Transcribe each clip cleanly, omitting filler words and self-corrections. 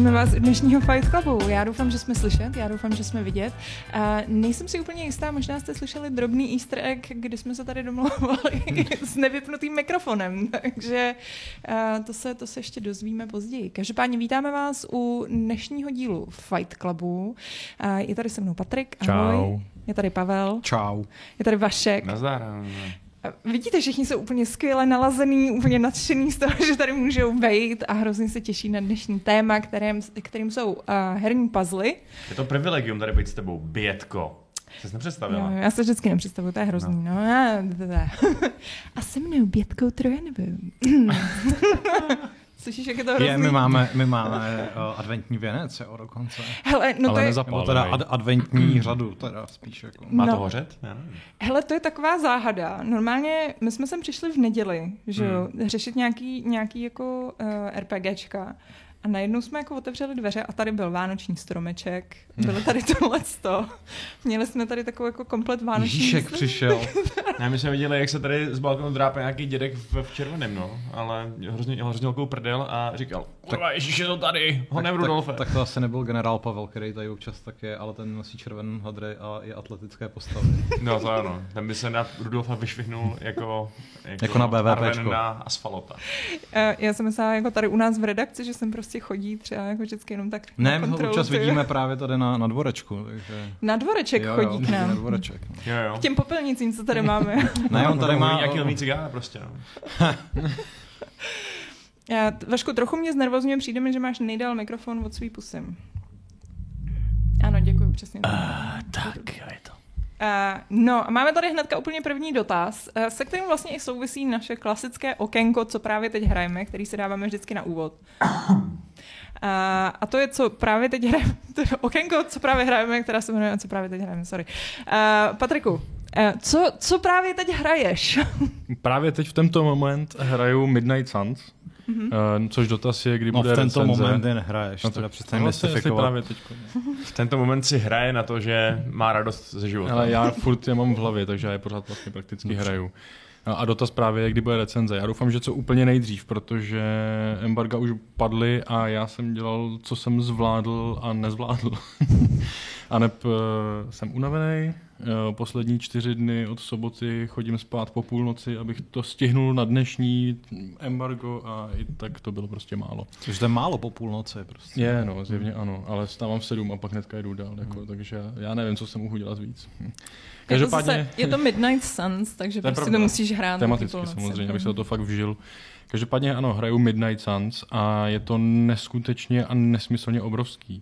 Zdravíme vás u dnešního Fight Clubu. Já doufám, že jsme slyšet, já doufám, že jsme vidět. Nejsem si úplně jistá, možná jste slyšeli drobný easter egg, kdy jsme se tady domlouvali s nevypnutým mikrofonem, takže to se ještě dozvíme později. Každopádně vítáme vás u dnešního dílu Fight Clubu. Je tady se mnou Patrik, ahoj. Čau. Je tady Pavel. Čau. Je tady Vašek. Nazdar. Vidíte, všichni jsou úplně skvěle nalazený, úplně nadšený z toho, že tady můžou vejít a hrozně se těší na dnešní téma, kterým jsou herní puzzly. Je to privilegium tady být s tebou, Bětko. Jsi se nepředstavila? Jo, já se vždycky nepředstavuju, to je hrozný. No. A se mnou Bětkou Trojanovou. Slyšíš, jak je to hrozný? My máme adventní věnec, jo, dokonce. Hele, no ale to je... nebo teda adventní řadu, teda spíš jako. Má to hořet? Hele, to je taková záhada. Normálně my jsme sem přišli v neděli, že jo, řešit nějaký jako RPGčka. A najednou jsme jako otevřeli dveře a tady byl vánoční stromeček, bylo tady tohleto. Měli jsme tady takovou jako komplet vánoční... Ježíšek přišel. Ne, my jsme viděli, jak se tady z balkonu drápe nějaký dědek v červeném, no. Ale hrozně velkou prdel a říkal, kurva, Ježíš je to tady, honem Rudolfe. Tak to asi nebyl generál Pavel, který tady občas tak je, ale ten nosí červený hadry a je atletické postavy. No to ano, ten by se na Rudolfa vyšvihnul jako na BVPčko. na asfalota. Já jsem myslela jako tady u nás v redakci, že jsem prostě chodí třeba jako vždycky jenom tak ne, my ho občas vidíme právě tady na dvorečku. Takže... Na dvoreček chodí k nám. Na dvoreček. No. Jo. K těm popelnicím, co tady máme. Ne, on tady má nějaký levný cigára prostě, no. Vašku, trochu mě znervozňuje, přijde mi, že máš nejdál mikrofon od svý pusy. Ano, děkuji, přesně. Tak, je to. No a máme tady hnedka úplně první dotaz, se kterým vlastně i souvisí naše klasické okénko, co právě teď hrajeme, který si dáváme vždycky na úvod. A to je, co právě teď hrajeme, to je okénko, co právě hrajeme, která se jmenuje, co právě teď hrajeme, sorry. Patriku, co právě teď hraješ? Právě teď v tento moment hraju Midnight Suns, což dotaz je, kdy bude recenze. V tento moment je nehraješ, no teda přece mystifikovat. V tento moment si hraje na to, že má radost ze života. Ale já furt je mám v hlavě, takže já je pořád vlastně prakticky hraju. A dotaz právě je, kdy bude recenze. Já doufám, že co úplně nejdřív, protože embarga už padly a já jsem dělal, co jsem zvládl a nezvládl. A jsem unavený. Poslední 4 dny od soboty chodím spát po půlnoci, abych to stihnul na dnešní embargo a i tak to bylo prostě málo. Takže to je málo po půlnoci prostě. Je, no, zjevně ano, ale vstávám v 7 a pak hnedka jdu dál, jako, takže já nevím, co jsem mohl udělat víc. Každopádně... Je to Midnight Suns, takže prostě to musíš hrát. Tematicky samozřejmě, abych se to fakt vžil. Každopádně ano, hraju Midnight Suns a je to neskutečně a nesmyslně obrovský.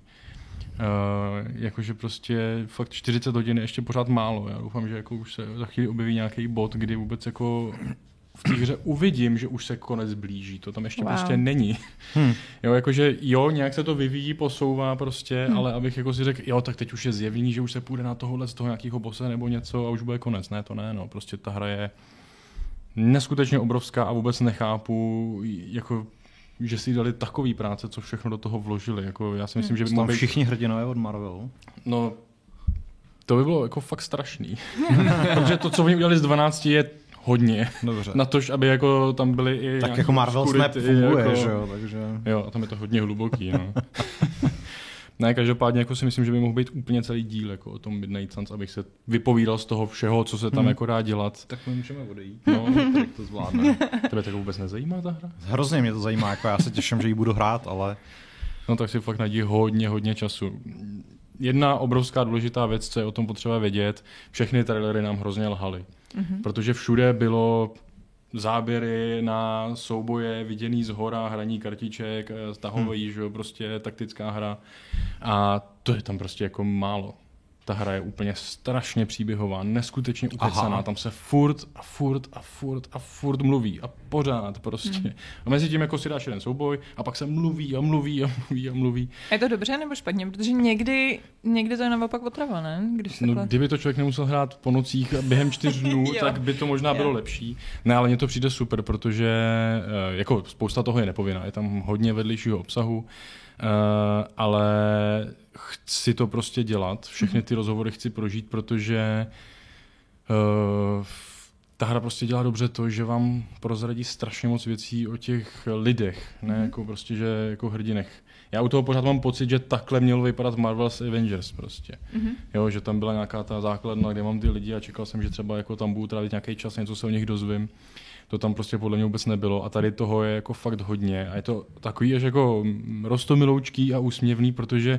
Jakože prostě fakt 40 hodin je ještě pořád málo. Já doufám, že jako už se za chvíli objeví nějaký bod, kdy vůbec jako v té hře uvidím, že už se konec blíží. To tam ještě prostě není. Jo, jakože nějak se to vyvíjí, posouvá prostě, ale abych jako si řekl, tak teď už je zjevný, že už se půjde na tohohle z toho nějakého bose nebo něco a už bude konec. Ne, to ne, no. Prostě ta hra je neskutečně obrovská a vůbec nechápu, jako že si dali takový práce, co všechno do toho vložili. Jako já si myslím, že by mohli všichni hrdinové od Marvelu. No, to by bylo jako fakt strašný. Protože to, co oni udělali z 12, je hodně. Dobře. Na to, aby jako tam byly i tak jako Marvel Snap funguje, jako, že jo, takže... Jo, a tam je to hodně hluboký, no. Ne, každopádně jako si myslím, že by mohl být úplně celý díl jako o tom Midnight Suns, abych se vypovídal z toho všeho, co se tam jako dá dělat. Tak my můžeme odejít. No, tak to zvládne. Tebe tak vůbec nezajímá ta hra? Hrozně mě to zajímá, jako já se těším, že ji budu hrát, ale... No tak si fakt najdi hodně času. Jedna obrovská důležitá věc, co je o tom potřeba vědět, všechny trailery nám hrozně lhaly. Protože všude bylo záběry na souboje, viděný zhora, hraní kartiček, stahový, že jo, prostě taktická hra. A to je tam prostě jako málo. Ta hra je úplně strašně příběhová, neskutečně ukecaná, tam se furt mluví a pořád prostě. A mezi tím jako si dáš jeden souboj a pak se mluví. Je to dobře nebo špatně? Protože někdy to je naopak otrava, ne? Kdyby to člověk nemusel hrát po nocích během 4 dnů, tak by to možná bylo lepší. Ne, ale mně to přijde super, protože jako spousta toho je nepovinná, je tam hodně vedlejšího obsahu, ale chci to prostě dělat, všechny ty rozhovory chci prožít, protože ta hra prostě dělá dobře to, že vám prozradí strašně moc věcí o těch lidech, ne jako prostě, že jako hrdinech. Já u toho pořád mám pocit, že takhle mělo vypadat Marvel's Avengers prostě. Jo, že tam byla nějaká ta základna, kde mám ty lidi a čekal jsem, že třeba jako tam budu trávit nějaký čas, něco se o nich dozvím. To tam prostě podle mě vůbec nebylo a tady toho je jako fakt hodně a je to takový až jako roztomiloučký a úsměvný, protože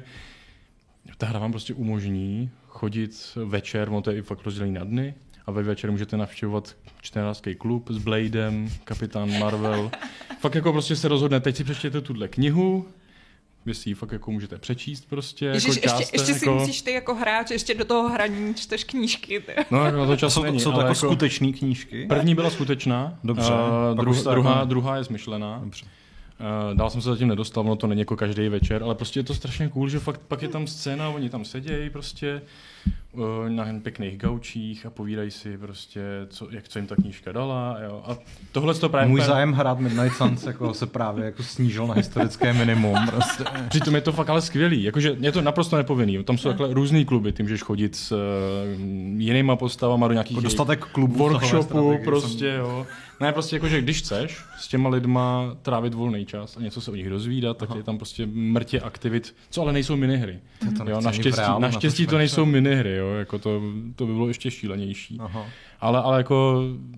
ta hra vám prostě umožní chodit večer, to je i fakt rozdělený na dny, a ve večer můžete navštěvovat čtenářský klub s Bladem, Kapitán Marvel. Fakt jako prostě se rozhodne, teď si přečtěte tuhle knihu, vy si ji fakt jako můžete přečíst prostě. Ježiš, jako ještě si musíš ty jako hráč, ještě do toho hraní čteš knížky. Ty. No, na to čas není. Jsou to jako skutečné knížky? První byla skutečná, dobře. Druhá je smyšlená. Dobře. Dál jsem se zatím nedostal, ono to není jako každý večer, ale prostě je to strašně cool, že fakt pak je tam scéna, oni tam sedějí prostě na pěkných gaučích a povídají si prostě, co jim ta knížka dala. Jo. A tohle to právě... Můj zájem hrát Midnight Suns jako se právě jako snížil na historické minimum. Prostě. Přitom je to fakt ale skvělý, jakože je to naprosto nepovinný. Tam jsou takhle různý kluby, tím můžeš chodit s jinýma postavama do nějakých dostatek klubů workshopů prostě, jo. Ne, prostě jakože když chceš s těma lidma trávit volný čas a něco se o nich dozvídat, tak je tam prostě mrtě aktivit, co ale nejsou minihry. Jo, naštěstí to nejsou minihry, jo, jako to by bylo ještě šílenější. Ale jako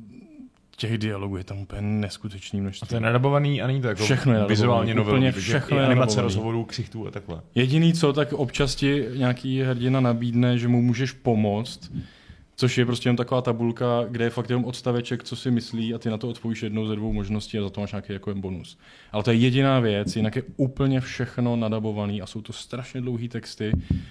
těch dialogů je tam úplně neskutečný množství. A to je nadabovaný a není to jako všechno je vizuálně novelní, všechno je animace rozhovorů, ksichtů a takhle. Jediný co, tak občas ti nějaký hrdina nabídne, že mu můžeš pomoct, což je prostě jen taková tabulka, kde je fakt jenom odstaveček, co si myslí a ty na to odpovíš jednou ze dvou možností a za to máš nějaký jako bonus. Ale to je jediná věc, jinak je úplně všechno nadabovaný a jsou to strašně dlouhý texty.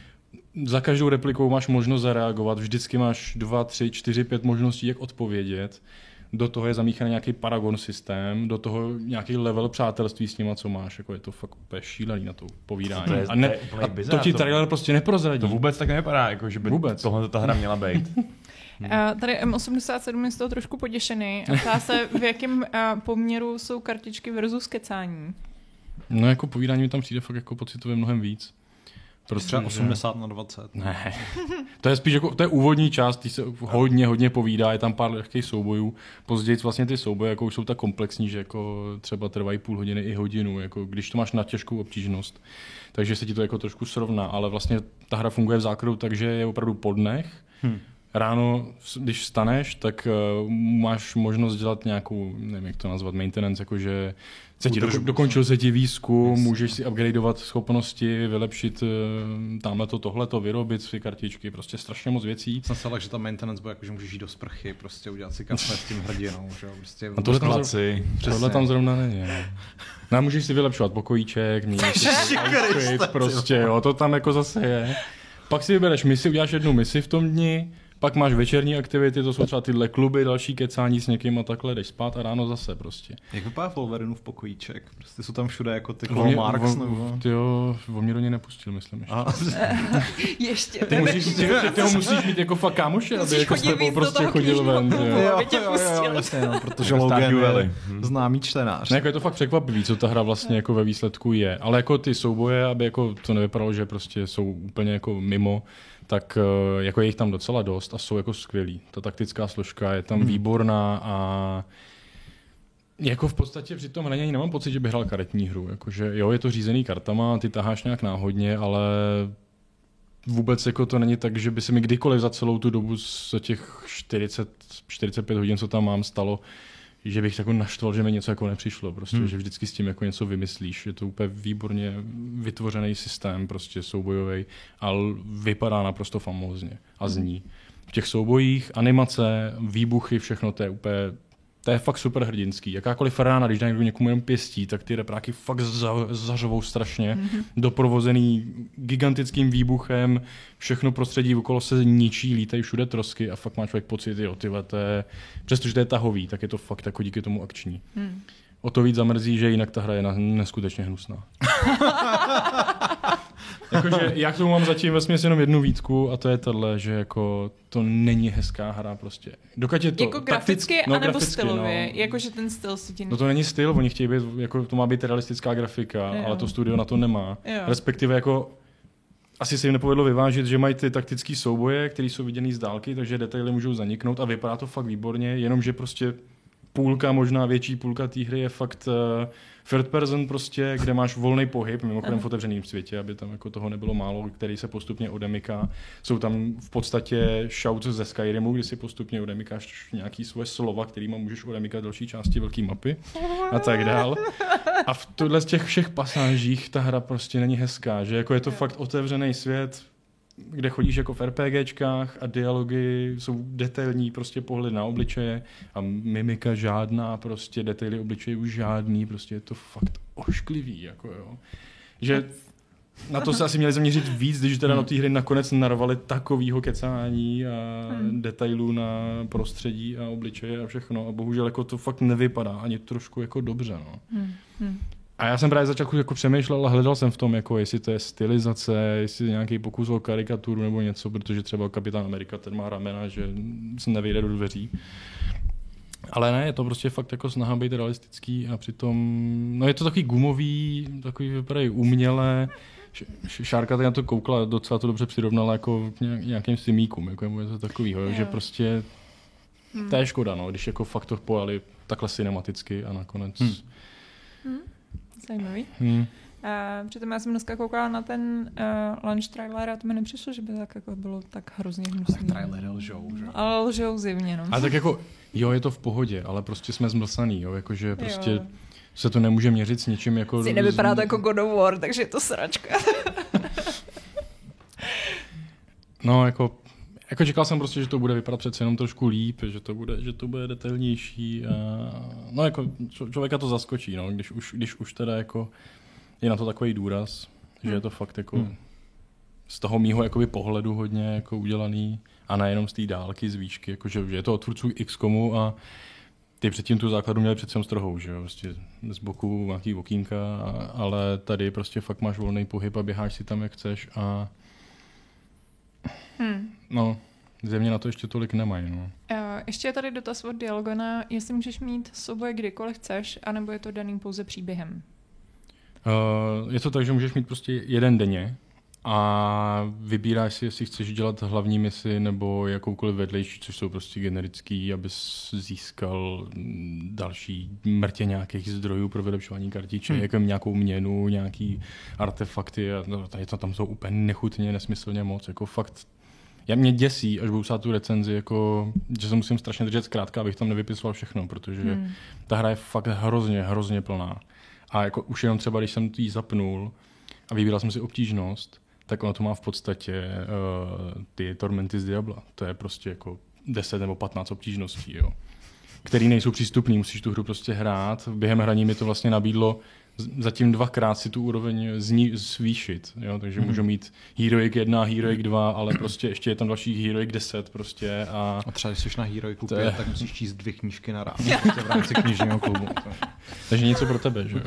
Za každou replikou máš možnost zareagovat, vždycky máš 2, 3, 4, 5 možností, jak odpovědět. Do toho je zamíchaný nějaký paragon systém, do toho nějaký level přátelství s nima, co máš. Jako je to fakt úplně šílený na to povídání. To ti trailer prostě neprozradí. To vůbec tak nevypadá, jako že by tohle ta hra měla být. Tady M87 je z toho trošku poděšený a ptá se, v jakém poměru jsou kartičky versus kecání. No jako povídání mi tam přijde fakt jako pocitově mnohem víc. Třeba 80/20. Ne. To je spíš jako, to je úvodní část, tí se hodně povídá, je tam pár lehkých soubojů. Později vlastně ty souboje jako už jsou tak komplexní, že jako třeba trvají půl hodiny i hodinu, jako když to máš na těžkou obtížnost. Takže se ti to jako trošku srovná, ale vlastně ta hra funguje v základu tak, že je opravdu po dnech. Ráno, když vstaneš, tak máš možnost dělat nějakou, nevím jak to nazvat, maintenance, jakože dokončil se ti výzkum, můžeš si upgradeovat schopnosti, vylepšit tamhleto, tohleto, vyrobit si kartičky, prostě strašně moc věcí. Jsem se že ta maintenance bude jako, že můžeš jít do sprchy, prostě udělat si kafe s tím hrdinou, že jo, prostě tohle tam zrovna není. No, můžeš si vylepšovat pokojíček, měnit si outfit, prostě jo, to tam jako zase je. Pak si vybereš misi, uděláš jednu misi v tom dni, pak máš večerní aktivity, to jsou třeba tyhle kluby, další kecání s někým a takhle, jdeš spát a ráno zase prostě. Jak vypadá Wolverinův pokojíček? Prostě jsou tam všude jako ty Marks nebo... Tyjo, o mě do něj nepustil, myslím ještě. Ty ho musíš mít jako fakt kámoše, aby jako s tebou prostě chodil ven. Jo, protože Logan je známý čtenář. Ne, jako je to fakt překvapivý, co ta hra vlastně jako ve výsledku je. Ale jako ty souboje, aby jako to nevypadalo, že prostě jsou úplně jako mimo, tak jako je jich tam docela dost a jsou jako skvělý. Ta taktická složka je tam výborná a jako v podstatě při tom hraní nemám pocit, že bych hrál karetní hru. Jakože jo, je to řízený kartama, ty taháš nějak náhodně, ale vůbec jako to není tak, že by se mi kdykoliv za celou tu dobu za těch 45 hodin, co tam mám, stalo, že bych jako naštval, že mi něco jako nepřišlo, prostě, že vždycky s tím jako něco vymyslíš. Je to úplně výborně vytvořený systém, prostě soubojový, ale vypadá naprosto famózně a zní. V těch soubojích, animace, výbuchy, všechno to je úplně, to je fakt super hrdinský. Jakákoliv rána, když někdo někomu jenom pěstí, tak ty repráky fakt zařovou strašně, doprovozený gigantickým výbuchem, všechno prostředí okolo se ničí, lítají všude trosky a fakt má člověk pocit, jo, tyhle, to je, přestože to je tahový, tak je to fakt jako díky tomu akční. O to víc zamrzí, že jinak ta hra je neskutečně hnusná. Jakože já k tomu mám zatím vesměs jenom jednu výtku a to je tohle, že jako to není hezká hra prostě. Dokud je to jako graficky, anebo stylově, jakože ten styl si ti... No to není styl, oni chtějí být, jako to má být realistická grafika, ale to studio na to nemá. Respektive jako asi se jim nepovedlo vyvážit, že mají ty taktické souboje, které jsou viděný z dálky, takže detaily můžou zaniknout a vypadá to fakt výborně, jenomže prostě půlka, možná větší půlka té hry je fakt third person prostě, kde máš volný pohyb, mimochodem v otevřeném světě, aby tam jako toho nebylo málo, který se postupně odemyká. Jsou tam v podstatě shouts ze Skyrimu, kdy si postupně odemykáš nějaký svoje slova, kterýma můžeš odemykat další části velké mapy a tak dál. A v tohle z těch všech pasážích ta hra prostě není hezká, že jako je to fakt otevřený svět, kde chodíš jako v RPGčkách a dialogy jsou detailní, prostě pohled na obličeje a mimika žádná, prostě detaily obličeje už žádný, prostě je to fakt ošklivý, jako jo. Že na to se asi měli zaměřit víc, když teda na té hry nakonec narvali takovýho kecání a detailů na prostředí a obličeje a všechno a bohužel jako to fakt nevypadá ani trošku jako dobře, no. A já jsem právě začal jako přemýšlel a hledal jsem v tom, jako jestli to je stylizace, jestli nějaký pokus o karikaturu nebo něco, protože třeba Kapitán Amerika, ten má ramena, že se nevejde do dveří. Ale ne, je to prostě fakt jako snaha být realistický a přitom, no je to takový gumový, takový vypadají uměle. Šárka tady na to koukla, docela to dobře přirovnala jako nějakým simíkům, jako je to takovýho, že prostě to je škoda, no, když jako fakt to pojali takhle cinematicky a nakonec... Zajímavý. Přitom já jsem dneska koukala na ten launch trailer a to mi nepřišlo, že by tak jako bylo tak hrozně hnusný. Tak trailery lžou, že? Ale lžou zjevně, no. A tak jako, jo, je to v pohodě, ale prostě jsme zmlsaný, jo, jakože prostě se to nemůže měřit s ničím jako... Si nevypadá to jako God of War, takže je to sračka. No, jako čekal jsem prostě, že to bude vypadat přece jenom trošku líp, že to bude detailnější a no jako člověka to zaskočí, no, když už teda jako je na to takový důraz, že je to fakt jako z toho mýho jakoby pohledu hodně jako udělaný a nejenom z té dálky, z výšky, jakože je to od tvůrců XCOMu a ty předtím tu základu měli přece jenom strohou, že jo, prostě z boku nějaký okýnka, ale tady prostě fakt máš volný pohyb a běháš si tam jak chceš a no, země na to ještě tolik nemají. No. Ještě je tady dotaz od Dialogana, jestli můžeš mít souboje kdykoliv chceš, anebo je to daný pouze příběhem? Je to tak, že můžeš mít prostě jeden denně a vybíráš si, jestli chceš dělat hlavní misi nebo jakoukoliv vedlejší, což jsou prostě generický, abys získal další mrtě nějakých zdrojů pro vylepšování kartiček, jako nějakou měnu, nějaký artefakty a tady to tam jsou úplně nechutně, nesmyslně moc, jako fakt. Mě děsí, až budu psát tu recenzi, jako, že se musím strašně držet zkrátka, abych tam nevypisoval všechno, protože ta hra je fakt hrozně plná. A jako už jenom třeba, když jsem ji zapnul a vybíral jsem si obtížnost, tak ono to má v podstatě ty Tormenty z Diabla. To je prostě jako 10 nebo 15 obtížností, jo, který nejsou přístupný, musíš tu hru prostě hrát. Během hraní mi to vlastně nabídlo zatím 2krát si tu úroveň zvýšit, jo? Takže můžu mít Heroic 1, Heroic 2, ale prostě ještě je tam další Heroic 10 prostě a třeba když jsi na Heroicu 5, tak musíš číst 2 knížky naraz v rámci knižního klubu. Takže něco pro tebe, že jo?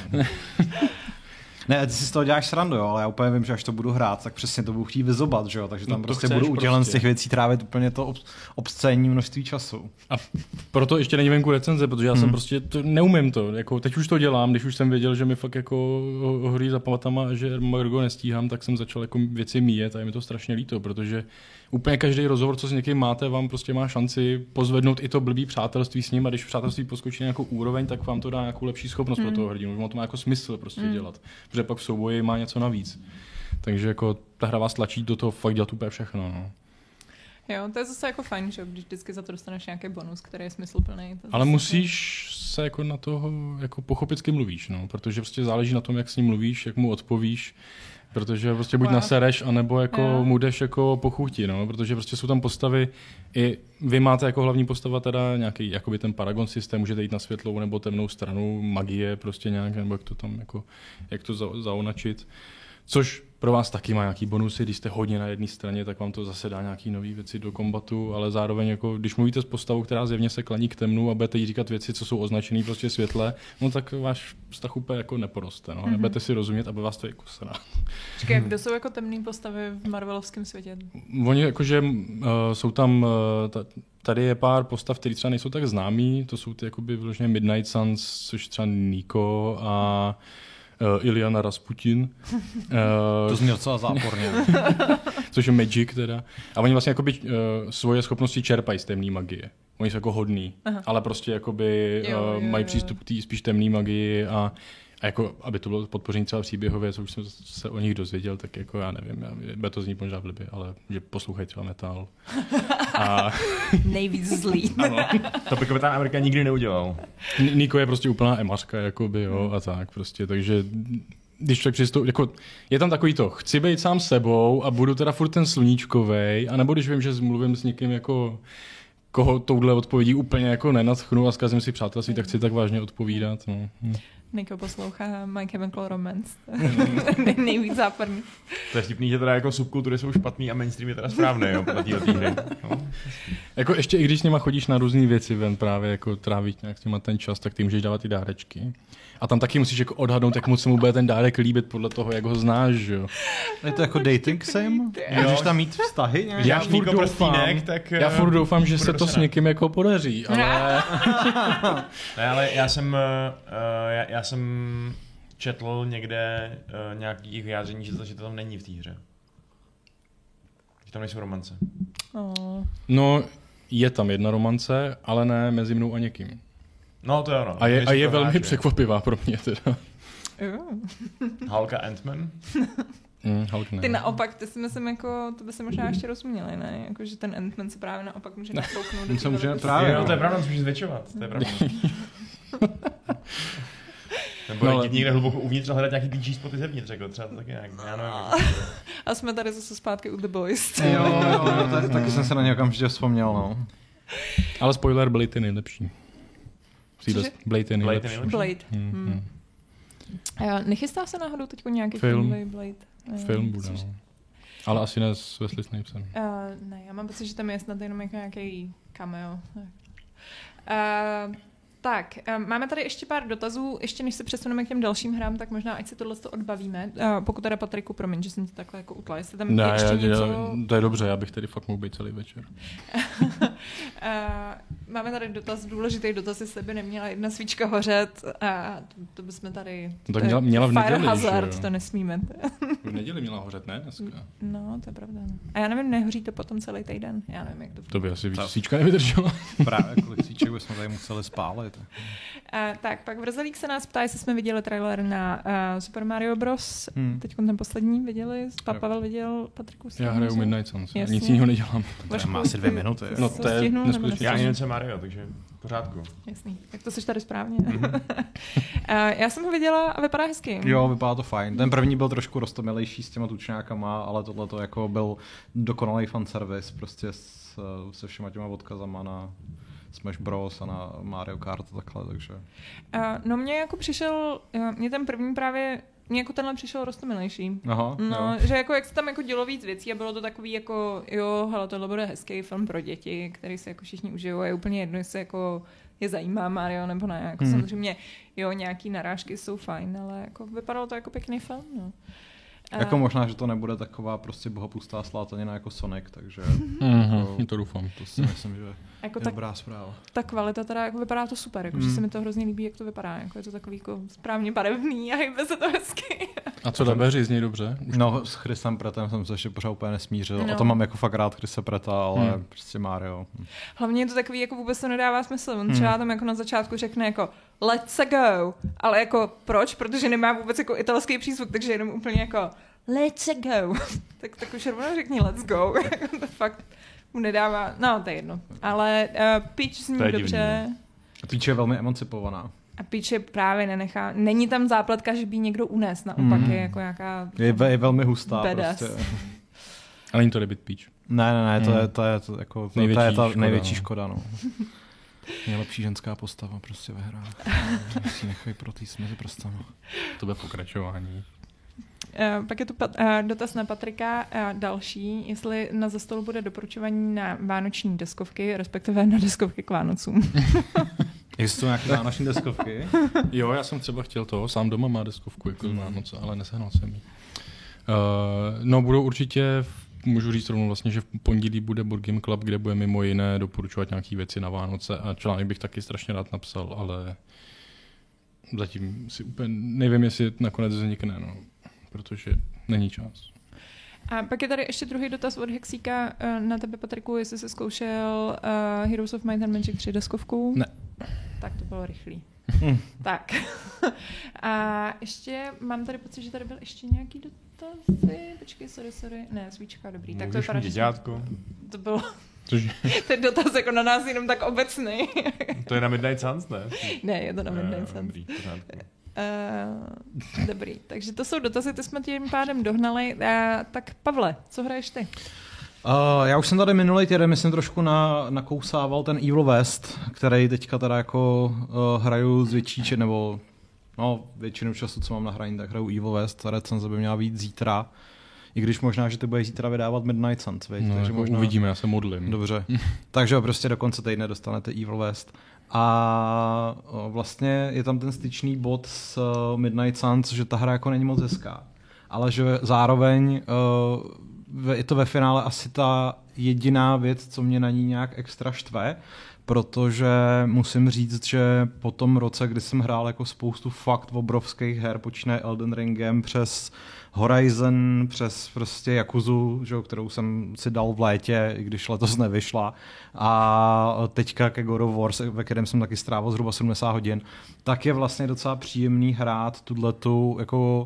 Ne, ty si z toho děláš srandu, jo, ale já úplně vím, že až to budu hrát, tak přesně to budu chtít vyzobat, že jo, takže tam prostě budu udělen z těch věcí trávit úplně to obscénní množství času. A proto ještě není venku recenze, protože já jsem prostě neumím to, jako teď už to dělám, když už jsem věděl, že mi fakt jako hoří za pamatama a že Margo nestíhám, tak jsem začal jako věci míjet a je mi to strašně líto, protože úplně každý rozhovor, co s někým máte, vám prostě má šanci pozvednout i to blbý přátelství s ním a když přátelství poskočí nějakou úroveň, tak vám to dá nějakou lepší schopnost pro toho hrdinu, to má jako smysl prostě dělat, protože pak v souboji má něco navíc. Takže jako ta hra vás tlačí do toho fakt dělat úplně všechno, no. Jo, to je zase jako fajn, že když vždycky za to dostaneš nějaký bonus, který je smysluplný. Ale musíš se jako na toho jako pochopit, s kým mluvíš, no, protože prostě záleží na tom, jak s ním mluvíš, jak mu odpovíš. Protože prostě buď nasereš, anebo jako mu jdeš jako po chuti, no, protože prostě jsou tam postavy, i vy máte jako hlavní postava teda nějaký jakoby ten paragon systém, můžete jít na světlou nebo temnou stranu, magie prostě nějak, nebo jak to tam jako, jak to zaonačit, což pro vás taky má nějaký bonusy, když jste hodně na jedné straně, tak vám to zase dá nějaký nový věci do kombatu, ale zároveň jako, když mluvíte s postavou, která zjevně se klaní k temnu a budete jí říkat věci, co jsou označené prostě světle, no tak váš vztah úplně jako neporoste, no, nebudete si rozumět, aby vás to jako srá. Čekaj, kdo jsou jako temný postavy v marvelovském světě? Oni jakože jsou tam, tady je pár postav, které třeba nejsou tak známý, to jsou ty jakoby vyloženě Midnight Suns, což třeba Nico a Iliana Rasputin. To zní docela záporně. Což je magic teda. A oni vlastně jakoby svoje schopnosti čerpají z temné magie. Oni jsou jako hodný, ale prostě jakoby mají přístup k té spíš temné magii a jako, aby to bylo podpoření třeba příběhově, co už jsem se o nich dozvěděl, tak jako já nevím, bude to znít možná blbě, ale že poslouchají třeba metal. A... Nejvíc zlý. Ano, to by Kapitán Amerika nikdy neudělal. Nico je prostě úplná emařka, jakoby, jo, a tak prostě, takže když člověk přistoupí, jako, je tam takový to, chci být sám sebou a budu teda furt ten sluníčkovej, anebo když vím, že mluvím s někým jako koho touhle odpovědí úplně jako nenadchnu a zkazím si přátelství, tak chci tak vážně odpovídat. No. Nico poslouchá My Chemical Romance. Nejvíc záporný. To je vtipný, že teda jako subkultury jsou špatný a mainstream je teda správný, jo, podle této hry. No. Jako ještě i když s nima chodíš na různý věci ven právě jako trávit nějak s nima ten čas, tak ty můžeš dávat ty dárečky. A tam taky musíš jako odhadnout, jak moc se mu bude ten dárek líbit podle toho, jak ho znáš, jo. Je to jako dating sim? Můžeš tam mít vztahy? Já furt doufám, že se to s někým jako podaří, ale... Ne, ale já jsem četl někde nějakých vyjádření, že to tam není v té hře. Že tam nejsou romance. No, je tam jedna romance, ale ne mezi mnou a někým. No to je ono. A je velmi překvapivá pro mě teda. Hulk a Ant-Man? Hulk ne. Ty naopak, ty si myslím, jako, to by se možná ještě rozuměli, ne? Jako, že ten Ant-Man se právě naopak může nastoupnout. On se může právě. No, to je pravda, musíš zvětšovat. To je pravda. Nebo jít někde hluboko uvnitř a hledat nějaký DG spoty zevnitř, jako třeba to taky nějak, já nevím. A jsme tady zase zpátky u The Boys. Jo, taky jsem se na ně okamžitě vzpomněl, no. Ale spoiler, Blade je nejlepší. Blade je nejlepší. Blade. Nechystá se náhodou teď nějaký film Blade? Film bude, no. Ale asi ne s Wesley Snipesem. Ne, já mám pocit, že tam je snad jenom jako nějaký cameo. Tak, máme tady ještě pár dotazů, ještě než se přesuneme k těm dalším hrám, tak možná ať si tohle odbavíme. Pokud teda Patriku, promiň, že jsem to takhle jako utla. Jestli tam ještě něco... To je dobře, já bych tady fakt mohl být celý večer. Máme tady důležitý dotaz, jestli by neměla jedna svíčka hořet. To bychom tady... No tak měla v neděli, Fire hazard, to nesmíme. V neděli měla hořet, ne? Dneska. No, to je pravda. A já nevím, nehoří to potom celý týden. Já nevím, jak to... To by asi svíčka nevydržela. Právě kolik svíček bychom tady museli spálit. Tak, pak Vrzalík se nás ptá, jestli jsme viděli trailer na Super Mario Bros. Teď ten poslední viděli, Pavel viděl, Patriku. Já hraju Midnight Suns, nic jiného nedělám. To má asi 2 minuty. No to je neskutečné. Já ani Mario, takže v pořádku. Jasný, tak to seš tady správně. Já jsem ho viděla a vypadá hezky. Jo, vypadá to fajn. Ten první byl trošku roztomilejší s těma tučňákama, ale tohle to jako byl dokonalý fanservice, prostě se všema těma odkazama na Smash Bros a na Mario Kart a takhle, takže... No mě jako mě ten první právě, mě jako tenhle přišel roztomilejší. Aha, no, že jako jak se tam jako dělo víc věcí a bylo to takový jako, jo, hele, tohle bude hezký film pro děti, který se jako všichni užijou a je úplně jedno, jestli jako je zajímá Mario nebo ne. Jako samozřejmě, jo, nějaký narážky jsou fajn, ale jako vypadalo to jako pěkný film, no. Jako možná, že to nebude taková prostě bohopustá slátanina jako Sonic, takže... To doufám. To si myslím, že jako je dobrá zpráva. Ta kvalita teda, jako vypadá to super, jako, že se mi to hrozně líbí, jak to vypadá. Jako, je to takový jako správně barevný a hýbe se to hezky. A co dabeři z něj dobře? No, s Chrisem Prattem jsem se ještě pořád úplně nesmířil. No. A to mám jako fakt rád Chrise Pratta, ale prostě Mario. Hlavně je to takový, jako vůbec to nedává smysl. On třeba tam jako na začátku řekne jako let's go, ale jako proč? Protože nemá vůbec jako italský přízvuk, takže jenom úplně jako let's go. tak už rovnou řekni let's go. To fakt mu nedává, no to je jedno. Ale Peach zní dobře. A Peach je velmi emancipovaná. A Peach je právě nenechá, není tam zápletka, že by někdo unes, naopak je jako nějaká... Je velmi hustá badass. prostě. Ale není to Rabbit Peach. Ne, to je jako největší škoda, no. Nejlepší ženská postava prostě ve hrách. Si nechají protýst mezi prstama. To bude pokračování. Pak je tu dotaz na Patrika další, jestli na ze stolu bude doporučování na vánoční deskovky, respektive na deskovky k Vánocům. Jsou nějaké vánoční deskovky? Jo, já jsem třeba chtěl toho, sám doma má deskovku jako Vánoce, ale nesehnal jsem ji. No budou určitě, můžu říct rovnou vlastně, že v pondělí bude Board Game Club, kde bude mimo jiné doporučovat nějaké věci na Vánoce a článek bych taky strašně rád napsal, ale zatím si úplně nevím, jestli nakonec vznikne, no, protože není čas. A pak je tady ještě druhý dotaz od Hexíka na tebe, Patriku, jestli jsi zkoušel Heroes of Might and Magic 3 deskovku. Ne. Tak to bylo rychlý. Tak. A ještě mám tady pocit, že tady byl ještě nějaký dotazy. Počkej, sorry. Ne, svíčka, dobrý. Tak to je děťátko. To bylo ten dotaz jako na nás jenom tak obecný. To je na Midnight Suns, ne? Ne, je to na Midnight Suns. Dobrý, pořádku. Dobrý, takže to jsou dotazy, ty jsme tím pádem dohnali. Tak Pavle, co hraješ ty? Já už jsem tady minulý týden, myslím, trošku nakousával ten Evil West, který teďka teda jako hraju z větší, nebo většinu času, co mám na hraní, tak hraju Evil West, recenze by měla být zítra. I když možná, že ty budeš zítra vydávat Midnight Suns, veď? No, takže možná... uvidíme, já se modlím. Dobře, takže prostě do konce týdne dostanete Evil West. A vlastně je tam ten styčný bod s Midnight Suns, že ta hra jako není moc hezká. Ale že zároveň je to ve finále asi ta jediná věc, co mě na ní nějak extra štve, protože musím říct, že po tom roce, kdy jsem hrál jako spoustu fakt obrovských her, počínaje Elden Ringem přes Horizon, přes prostě Yakuzu, že, kterou jsem si dal v létě, i když letos nevyšla, a teďka ke God of War, ve kterém jsem taky strávil zhruba 70 hodin, tak je vlastně docela příjemný hrát tuhletu jako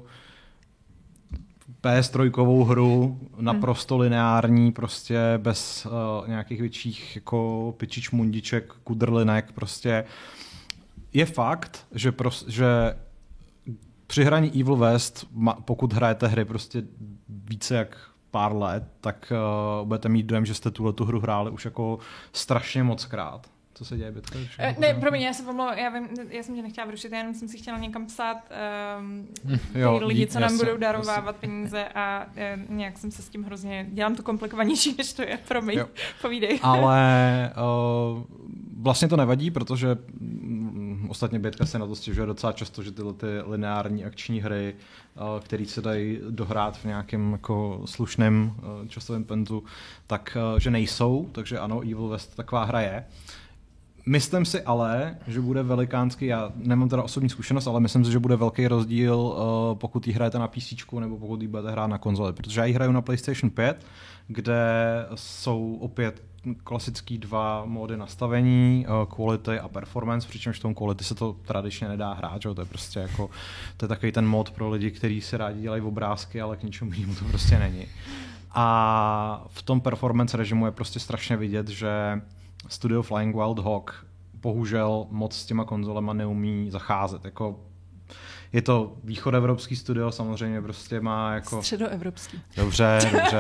PS3 hru, naprosto lineární, prostě bez nějakých větších jako pičič mundiček, kudrlinek, prostě. Je fakt, že při hraní Evil West, pokud hrajete hry prostě více jak pár let, tak budete mít dojem, že jste tuhletu hru hráli už jako strašně mockrát. Co se děje, Bětka? Ne, promiň, já se pomlouvám, já jsem tě nechtěla vyrušit, já jenom jsem si chtěla někam psát lidi, co nám budou darovávat peníze a nějak jsem se s tím hrozně, dělám to komplikovanější, než to je, promiň, povídej. Ale vlastně to nevadí, protože ostatně Bětka se na to stěžuje docela často, že tyhle ty lineární akční hry, které se dají dohrát v nějakém jako slušném časovém penzu, tak že nejsou, takže ano, Evil West taková hra je. Myslím si ale, že bude velikánský, já nemám teda osobní zkušenost, ale myslím si, že bude velký rozdíl, pokud ji hrajete na PC nebo pokud ji budete hrát na konzoli, protože já ji hraju na PlayStation 5, kde jsou opět klasický dva módy nastavení, quality a performance, přičemž v tom quality se to tradičně nedá hrát, že? To je prostě jako, to je takový ten mod pro lidi, kteří si rádi dělají obrázky, ale k ničemu jinému to prostě není. A v tom performance režimu je prostě strašně vidět, že studio Flying Wild Hog bohužel moc s těma konzolema neumí zacházet. Jako, je to východoevropský studio, samozřejmě prostě má jako... Středoevropský. Dobře.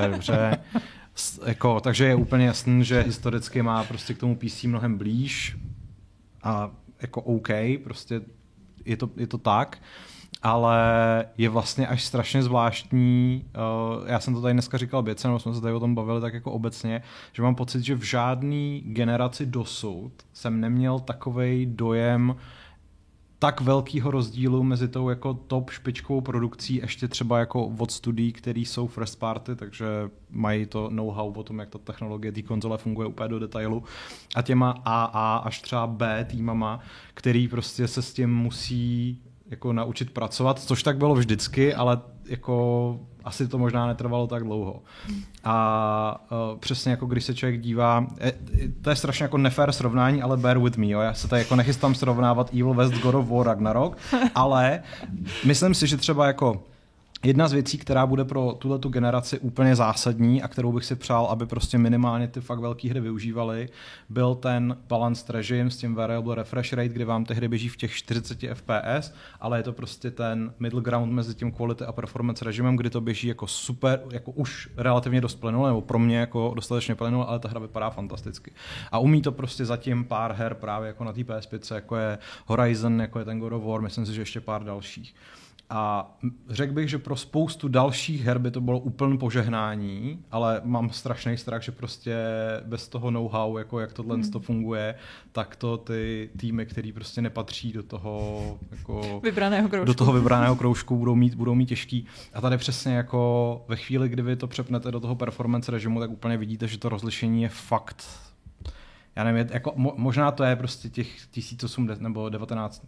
Jako, takže je úplně jasný, že historicky má prostě k tomu PC mnohem blíž a jako OK, prostě je to tak, ale je vlastně až strašně zvláštní, já jsem to tady dneska říkal Běce, nebo jsme se tady o tom bavili tak jako obecně, že mám pocit, že v žádný generaci dosud jsem neměl takovej dojem tak velkýho rozdílu mezi tou jako top špičkovou produkcí, ještě třeba jako od studií, který jsou first party, takže mají to know-how o tom, jak ta technologie té konzole funguje úplně do detailu, a těma AA až třeba B týmama, který prostě se s tím musí jako naučit pracovat, což tak bylo vždycky, ale jako asi to možná netrvalo tak dlouho. A přesně jako když se člověk dívá, to je strašně jako nefér srovnání, ale bear with me, jo? Já se tady jako nechystám srovnávat Evil West, God of War, Ragnarok, ale myslím si, že třeba jako jedna z věcí, která bude pro tuhletu generaci úplně zásadní a kterou bych si přál, aby prostě minimálně ty fakt velké hry využívaly, byl ten balanced režim s tím variable refresh rate, kdy vám ty hry běží v těch 40 fps, ale je to prostě ten middle ground mezi tím quality a performance režimem, kdy to běží jako super, jako už relativně dost plynule, nebo pro mě jako dostatečně plynule, ale ta hra vypadá fantasticky. A umí to prostě zatím pár her právě jako na té PS5, jako je Horizon, jako je ten God of War, myslím si, že ještě pár dalších. A řekl bych, že pro spoustu dalších her by to bylo úplné požehnání, ale mám strašný strach, že prostě bez toho know-how, jako jak tohle to funguje, tak to ty týmy, který prostě nepatří do toho jako vybraného kroužku, budou mít těžký. A tady přesně jako ve chvíli, kdy vy to přepnete do toho performance režimu, tak úplně vidíte, že to rozlišení je fakt, já nevím, jako možná to je prostě těch 1080 nebo 19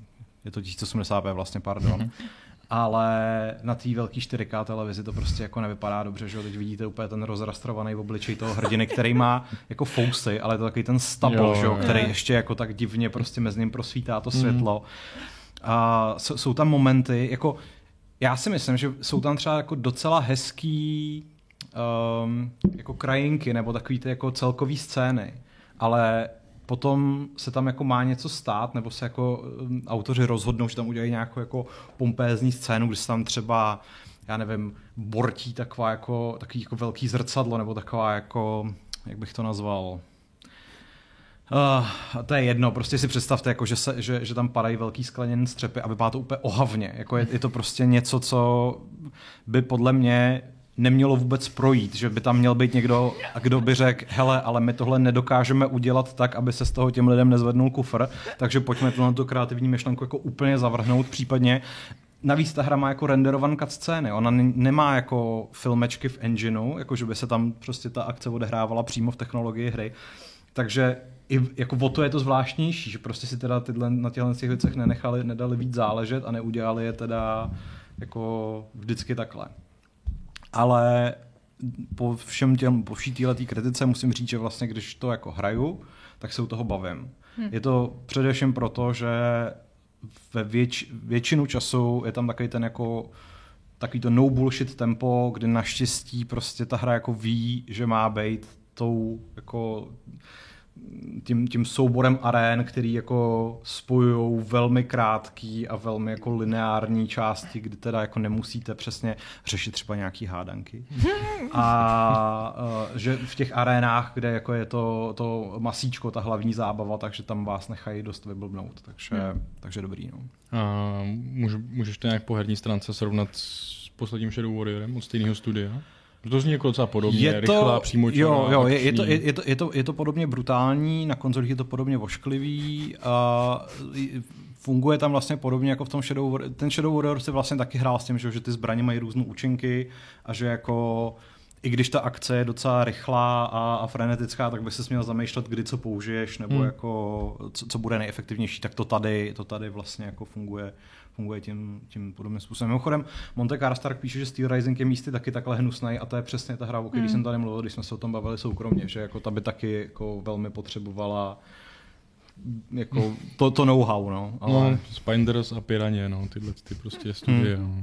je to 1080p vlastně, pardon. Ale na té velké 4K televizi to prostě jako nevypadá dobře, že jo, teď vidíte úplně ten rozrastrovaný obličej toho hrdiny, který má jako fousy, ale je to takový ten stubble, že jo, který ještě jako tak divně prostě mezi ním prosvítá to světlo. A jsou tam momenty, jako já si myslím, že jsou tam třeba jako docela hezký jako krajinky nebo takový ty jako celkový scény, ale potom se tam jako má něco stát, nebo se jako autoři rozhodnou, že tam udělají nějakou jako pompézní scénu, kdy se tam třeba, já nevím, bortí takový jako velký zrcadlo, nebo taková jako, jak bych to nazval, to je jedno, prostě si představte, jako, že tam padají velký skleněný střepy a vypadá to úplně ohavně. Jako je to prostě něco, co by podle mě nemělo vůbec projít, že by tam měl být někdo, kdo by řekl, hele, ale my tohle nedokážeme udělat tak, aby se z toho těm lidem nezvednul kufr, takže pojďme tu kreativní myšlenku jako úplně zavrhnout, případně. Navíc ta hra má jako renderované cutscény, ona nemá jako filmečky v engineu, jako že by se tam prostě ta akce odehrávala přímo v technologii hry, takže i jako o to je to zvláštnější, že prostě si teda na těchto věcech nedali víc záležet a neudělali je teda jako vždycky takhle. Ale po vší téhletý kritice musím říct, že vlastně když to jako hraju, tak se u toho bavím. Je to především proto, že ve většinu času je tam takový ten jako takový to no bullshit tempo, kdy naštěstí prostě ta hra jako ví, že má být tou jako tím souborem arén, který jako spojujou velmi krátký a velmi jako lineární části, kdy teda jako nemusíte přesně řešit třeba nějaký hádanky. A že v těch arénách, kde jako je to masíčko, ta hlavní zábava, takže tam vás nechají dost vyblbnout, takže dobrý. No. A můžeš to nějak po herní stránce srovnat s posledním Shadow Warriorem od stejného studia? To zní jako docela podobně, rychlá, přímočará. Jo, je to podobně brutální, na konzolích je to podobně vošklivý a funguje tam vlastně podobně jako v tom Shadow Warrior. Ten Shadow Warrior si vlastně taky hrál s tím, že ty zbraně mají různé účinky a že jako i když ta akce je docela rychlá a frenetická, tak by se měl zamýšlet, kdy co použiješ, nebo jako co bude nejefektivnější, tak to tady vlastně jako funguje tím podobným způsobem. Mimochodem, Monte Karstark píše, že Steel Rising je místy taky takhle hnusnej a to je přesně ta hra, o který jsem tady mluvil, když jsme se o tom bavili soukromně, že jako ta by taky jako velmi potřebovala jako to know-how, no. Ale... No, Spiders a Piranha, no, tyhle ty prostě studie, no.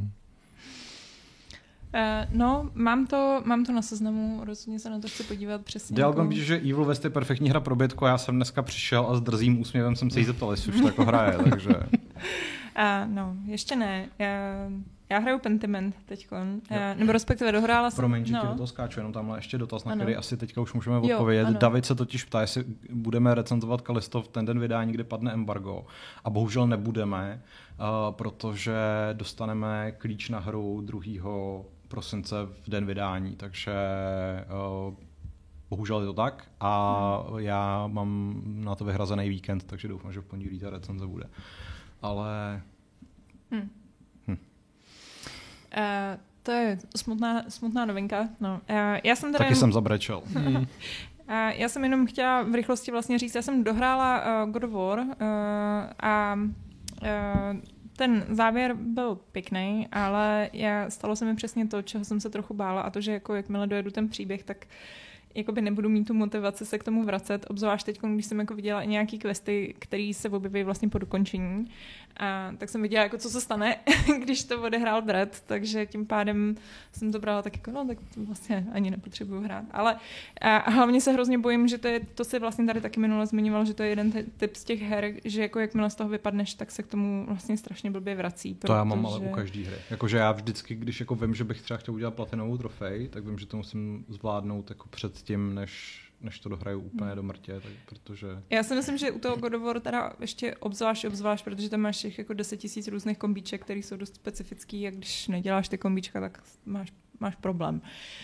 No, mám to na seznamu, rozhodně se na to chci podívat přesně. Dialgon píše, že Evil West je perfektní hra pro bětku, já jsem dneska přišel a s drzým úsměvem jsem se jí zeptal, jestli už to jako hraje, takže... No, ještě ne. Já hraju Pentiment teďkon, nebo respektive dohrála jsem... Promiň, že ti do toho skáču, jenom tamhle ještě dotaz, na který asi teďka už můžeme odpovědět. David se totiž ptá, jestli budeme recenzovat Callisto v ten den vydání, kde padne embargo. A bohužel nebudeme, protože dostaneme klíč na hru 2. prosince v den vydání, takže bohužel je to tak a já mám na to vyhrazený víkend, takže doufám, že v pondělí ta recenze bude. Ale... To je smutná novinka. No. Já jsem taky jsem zabrečel. Já jsem jenom chtěla v rychlosti vlastně říct, já jsem dohrála God of War a ten závěr byl pěkný, ale stalo se mi přesně to, čeho jsem se trochu bála, a to, že jako jakmile dojedu ten příběh, tak jakoby nebudu mít tu motivaci se k tomu vracet, obzvlášť teď, když jsem jako viděla i nějaký questy, které se objeví vlastně po dokončení. A tak jsem viděla, jako co se stane, když to odehrál Brad, takže tím pádem jsem to brala tak jako, no tak to vlastně ani nepotřebuju hrát. Ale a hlavně se hrozně bojím, že to si vlastně tady taky minule zmiňoval, že to je jeden typ z těch her, že jako jakmile z toho vypadneš, tak se k tomu vlastně strašně blbě vrací. To já mám ale u každý hry. Jakože já vždycky, když jako vím, že bych třeba chtěl udělat platinovou trofej, tak vím, že to musím zvládnout jako před tím, než to dohraju úplně do mrtě, tak protože... Já si myslím, že u toho God of War teda ještě obzvlášť, protože tam máš těch jako 10 000 různých kombíček, které jsou dost specifický, a když neděláš ty kombíčka, tak máš problém.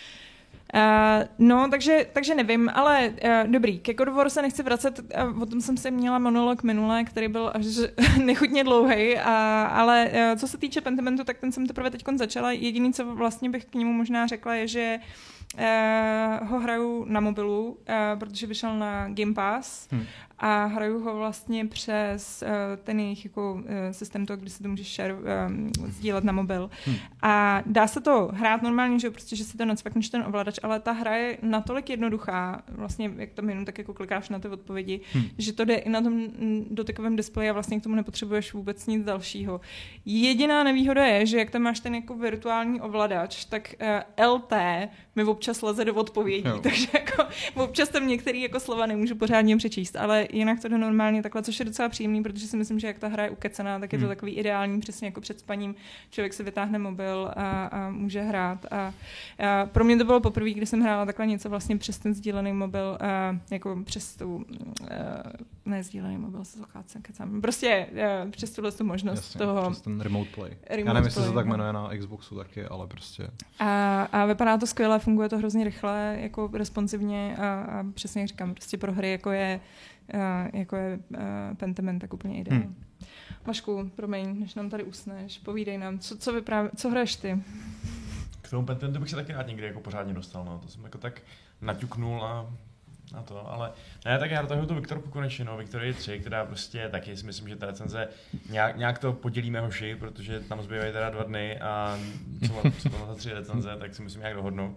No, takže nevím, ale dobrý, ke God of War se nechci vracet, o tom jsem si měla monolog minule, který byl až nechutně dlouhý, ale co se týče Pentimentu, tak ten jsem teprve teďkon začala. Jediný, co vlastně bych k němu možná řekla, je, že ho hraju na mobilu, protože vyšel na Game Pass a hraju ho vlastně přes ten jejich jako systém toho, kdy si to můžeš sdílet na mobil. A dá se to hrát normálně, že prostě, že si to nacvakneš ten ovladač, ale ta hra je natolik jednoduchá, vlastně jak tam jenom tak jako klikáš na ty odpovědi, že to jde i na tom dotykovém displeji a vlastně k tomu nepotřebuješ vůbec nic dalšího. Jediná nevýhoda je, že jak tam máš ten jako virtuální ovladač, tak LT mi občas leze do odpovědí, takže jako občas tam některý jako slova nemůžu pořádně přečíst, ale jinak to jde normálně takhle, což je docela příjemný, protože si myslím, že jak ta hra je ukecená, tak je to takový ideální, přesně jako před spaním člověk si vytáhne mobil a může hrát. A pro mě to bylo poprvé, kdy jsem hrála takhle něco vlastně přes ten sdílený mobil, jako přes tu, ne sdílený mobil, kecám, prostě přes tuhle tu možnost. Jasně, toho přes ten remote play. Remote Já nevím, jestli play, se to tak jmenuje na Xboxu taky, ale prostě. A vypadá to skvěle, funguje to hrozně rychle, jako responsivně a přesně jak říkám, prostě pro hry jako je Pentiment, tak úplně ideální. Vašku, promiň, než nám tady usneš, povídej nám, co hraješ ty? K tomu Pentamentu bych se taky rád někdy jako pořádně dostal, no. To jsem jako tak naťuknul na to, ale ne, tak já dotahuji tu Viktorku konečně, no, Victorii 3, která prostě taky si myslím, že ta recenze nějak to podělíme hoši, protože tam zbývají teda 2 dny a co to za 3 recenze, tak si musím nějak dohodnout.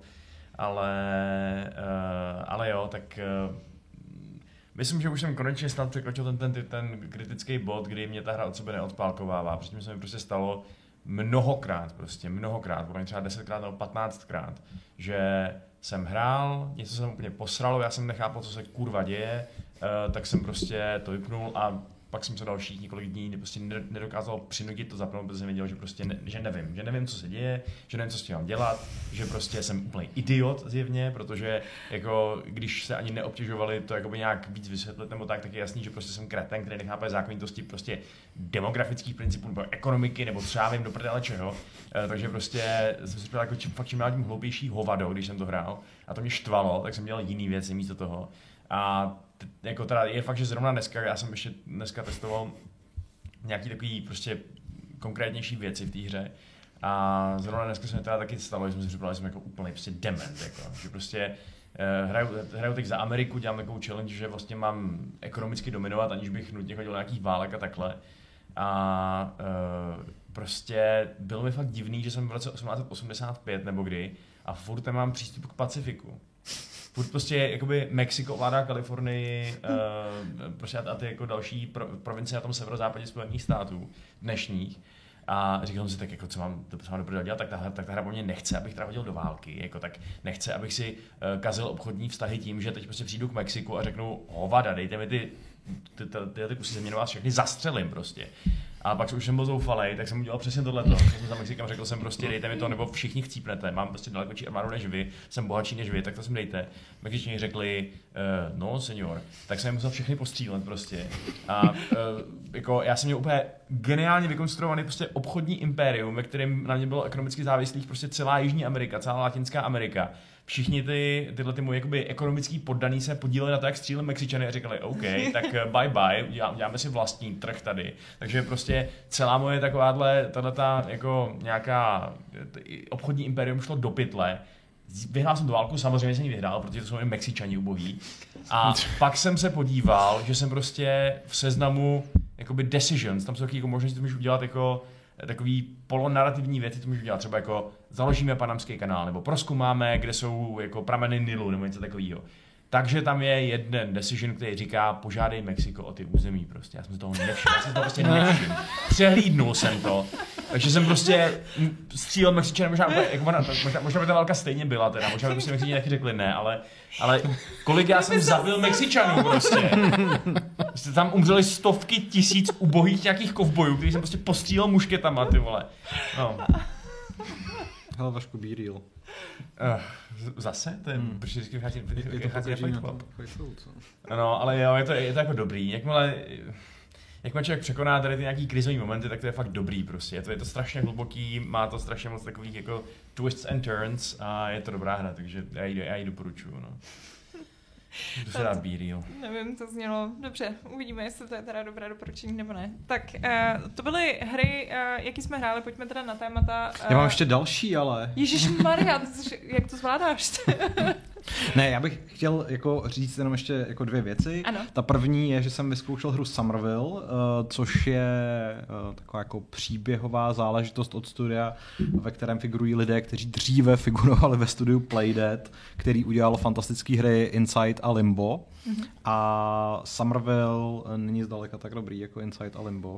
Ale jo, tak myslím, že už jsem konečně snad překročil ten kritický bod, kdy mě ta hra od sebe neodpálkovává, protože se mi prostě stalo mnohokrát, podle mě třeba 10krát nebo 15krát, že jsem hrál, něco jsem úplně posralo, já jsem nechápal, co se kurva děje, tak jsem prostě to vypnul a pak jsem se dalších několik dní prostě nedokázal přinutit to zapnout, protože jsem věděl, že prostě že nevím, co se děje, že nevím, co s tím mám dělat, že prostě jsem úplný idiot zjevně, protože jako když se ani neobtěžovali to jakoby nějak víc vysvětlit nebo tak je jasný, že prostě jsem kreten, který nechápe zákonitosti prostě demografických principů nebo ekonomiky nebo třeba vím do prdele čeho, takže prostě jsem si připadal jako fakt čím dál tím hloupější hovado, když jsem to hrál a to mě štvalo, tak jsem dělal jiný věci místo toho. A jako teda je fakt, že zrovna dneska, já jsem ještě dneska testoval nějaký takový prostě konkrétnější věci v té hře a zrovna dneska se mi teda taky stalo, že jsem si připadal, že jsem jako úplně prostě dement, jako, že prostě hraju teď za Ameriku, dělám takovou challenge, že vlastně mám ekonomicky dominovat, aniž bych nutně chodil na nějakých válek a takhle a prostě bylo mi fakt divný, že jsem v roce 1885 nebo kdy a furt mám přístup k Pacifiku. Furt prostě jakoby Mexiko ovládá Kalifornii prostě a ty jako další provincie na tom severozápadě Spojených států dnešních. A říkal jsem si, tak jako co mám dobře dělat, tak ta hra po mě nechce, abych teda hodil do války, jako tak nechce, abych si kazil obchodní vztahy tím, že teď prostě přijdu k Mexiku a řeknu hovada, dejte mi ty kusy země, vás všechny zastřelím prostě. A pak už jsem byl zoufalej, tak jsem udělal přesně tohleto. Jsem za Mexikem řekl jsem prostě dejte mi to, nebo všichni chcípnete, mám prostě daleko větší armádu než vy, jsem bohatší než vy, tak to sem dejte. Mexičani řekli, no senior, tak jsem musel všechny postřílet prostě. A jako já jsem měl úplně geniálně vykonstruovaný prostě obchodní impérium, ve kterém na mě bylo ekonomicky závislých prostě celá Jižní Amerika, celá Latinská Amerika. Všichni tyhle moji jakoby ekonomický poddaný se podíleli na to, jak stříleli Mexičany a říkali, OK, tak bye, děláme si vlastní trh tady. Takže prostě celá moje tato jako nějaká obchodní impérium šlo do pytle. Vyhrál jsem tu válku, samozřejmě jsem ji vyhrál, protože to jsou jen Mexičani ubohý. A pak jsem se podíval, že jsem prostě v seznamu jakoby decisions, tam jsou taky jako možnosti, to můžu udělat jako takový polonarativní věci, to můžu dělat třeba jako založíme panamský kanál, nebo prozkoumáme, kde jsou jako prameny Nilu, nebo něco takového. Takže tam je jeden decision, který říká, požádej Mexiko o ty území prostě. Já jsem si toho nevšiml, přehlídnul jsem to. Takže jsem prostě střílel Mexičany, možná by ta válka stejně byla teda, možná by prostě Mexičani taky řekli ne, ale kolik já jsem zabil Mexičanů prostě. Tam umřeli stovky tisíc ubohých nějakých kovbojů, který jsem prostě postřílel mušketama, ty vole. No. Hele, Vašku, be real. Zase? To je, protože vždycky vychází na Fight Club. No, ale jo, je to jako dobrý. Jakmile člověk překoná tady ty nějaký krizový momenty, tak to je fakt dobrý prostě. Je to strašně hluboký, má to strašně moc takových jako twists and turns a je to dobrá hra, takže já ji doporučuju. No. To se dá B-reel. Nevím, to znělo dobře. Uvidíme, jestli to je teda dobré doporučení nebo ne. Tak to byly hry, jaký jsme hráli, pojďme teda na témata. Já mám ještě další, ale... Ježišmarja, jak to zvládáš? Ne, já bych chtěl jako říct jenom ještě jako 2 věci. Ano. Ta první je, že jsem vyzkoušel hru Somerville, což je taková jako příběhová záležitost od studia, ve kterém figurují lidé, kteří dříve figurovali ve studiu Playdead, který udělal fantastické hry Inside a Limbo. Mm-hmm. A Somerville není zdaleka tak dobrý jako Inside a Limbo.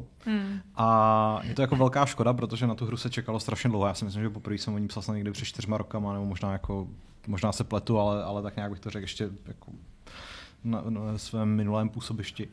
A je to jako velká škoda, protože na tu hru se čekalo strašně dlouho. Já si myslím, že poprvé jsem o ní psal někdy před 4 rokama, nebo možná se pletu, ale tak nějak bych to řekl ještě jako na svém minulém působišti.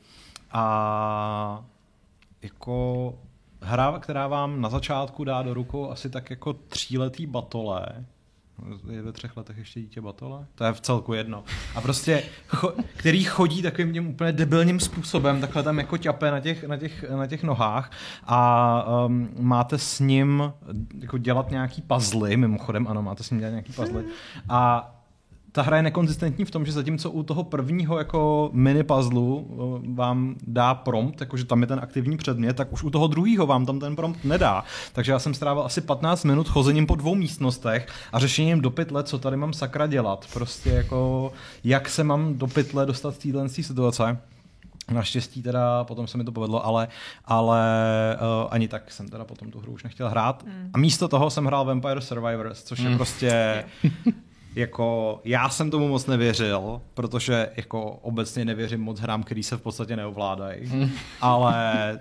A jako hra, která vám na začátku dá do rukou asi tak jako 3letý batole. Je ve 3 letech ještě dítě batole? To je v celku jedno. A prostě, který chodí takovým tím úplně debilním způsobem, takhle tam jako ťape na těch nohách a máte s ním jako dělat nějaký puzzly, mimochodem, ano, máte s ním dělat nějaký puzzly. A ta hra je nekonzistentní v tom, že zatímco u toho prvního jako mini puzzlu vám dá prompt, jakože tam je ten aktivní předmět, tak už u toho druhého vám tam ten prompt nedá. Takže já jsem strávil asi 15 minut chozením po 2 místnostech a řešením do pytle, co tady mám sakra dělat. Prostě jako, jak se mám do pytle dostat z téhle situace. Naštěstí teda potom se mi to povedlo, ale ani tak jsem teda potom tu hru už nechtěl hrát. A místo toho jsem hrál Vampire Survivors, což je prostě... Jako, já jsem tomu moc nevěřil, protože jako obecně nevěřím moc hrám, který se v podstatě neovládají, ale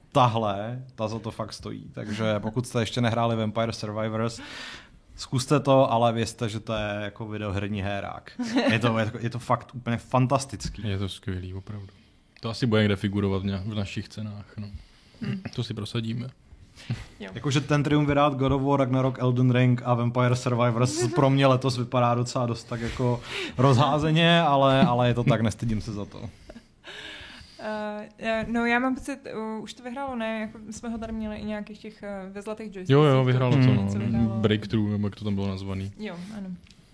ta za to fakt stojí. Takže pokud jste ještě nehráli Vampire Survivors, zkuste to, ale vězte, že to je jako videoherní hérák. Je to fakt úplně fantastický. Je to skvělý, opravdu. To asi bude někde figurovat v našich cenách. No. To si prosadíme. Jakože ten triumvirát God of War, Ragnarok, Elden Ring a Vampire Survivors pro mě letos vypadá docela dost tak jako rozházeně, ale je to tak, nestydím se za to. No já mám pocit, už to vyhrálo, ne? Jako jsme ho tady měli i nějakých těch ve zlatých joystických. Jo, vyhrálo to, no. Breakthrough, nebo jak to tam bylo nazvaný. Jo, ano.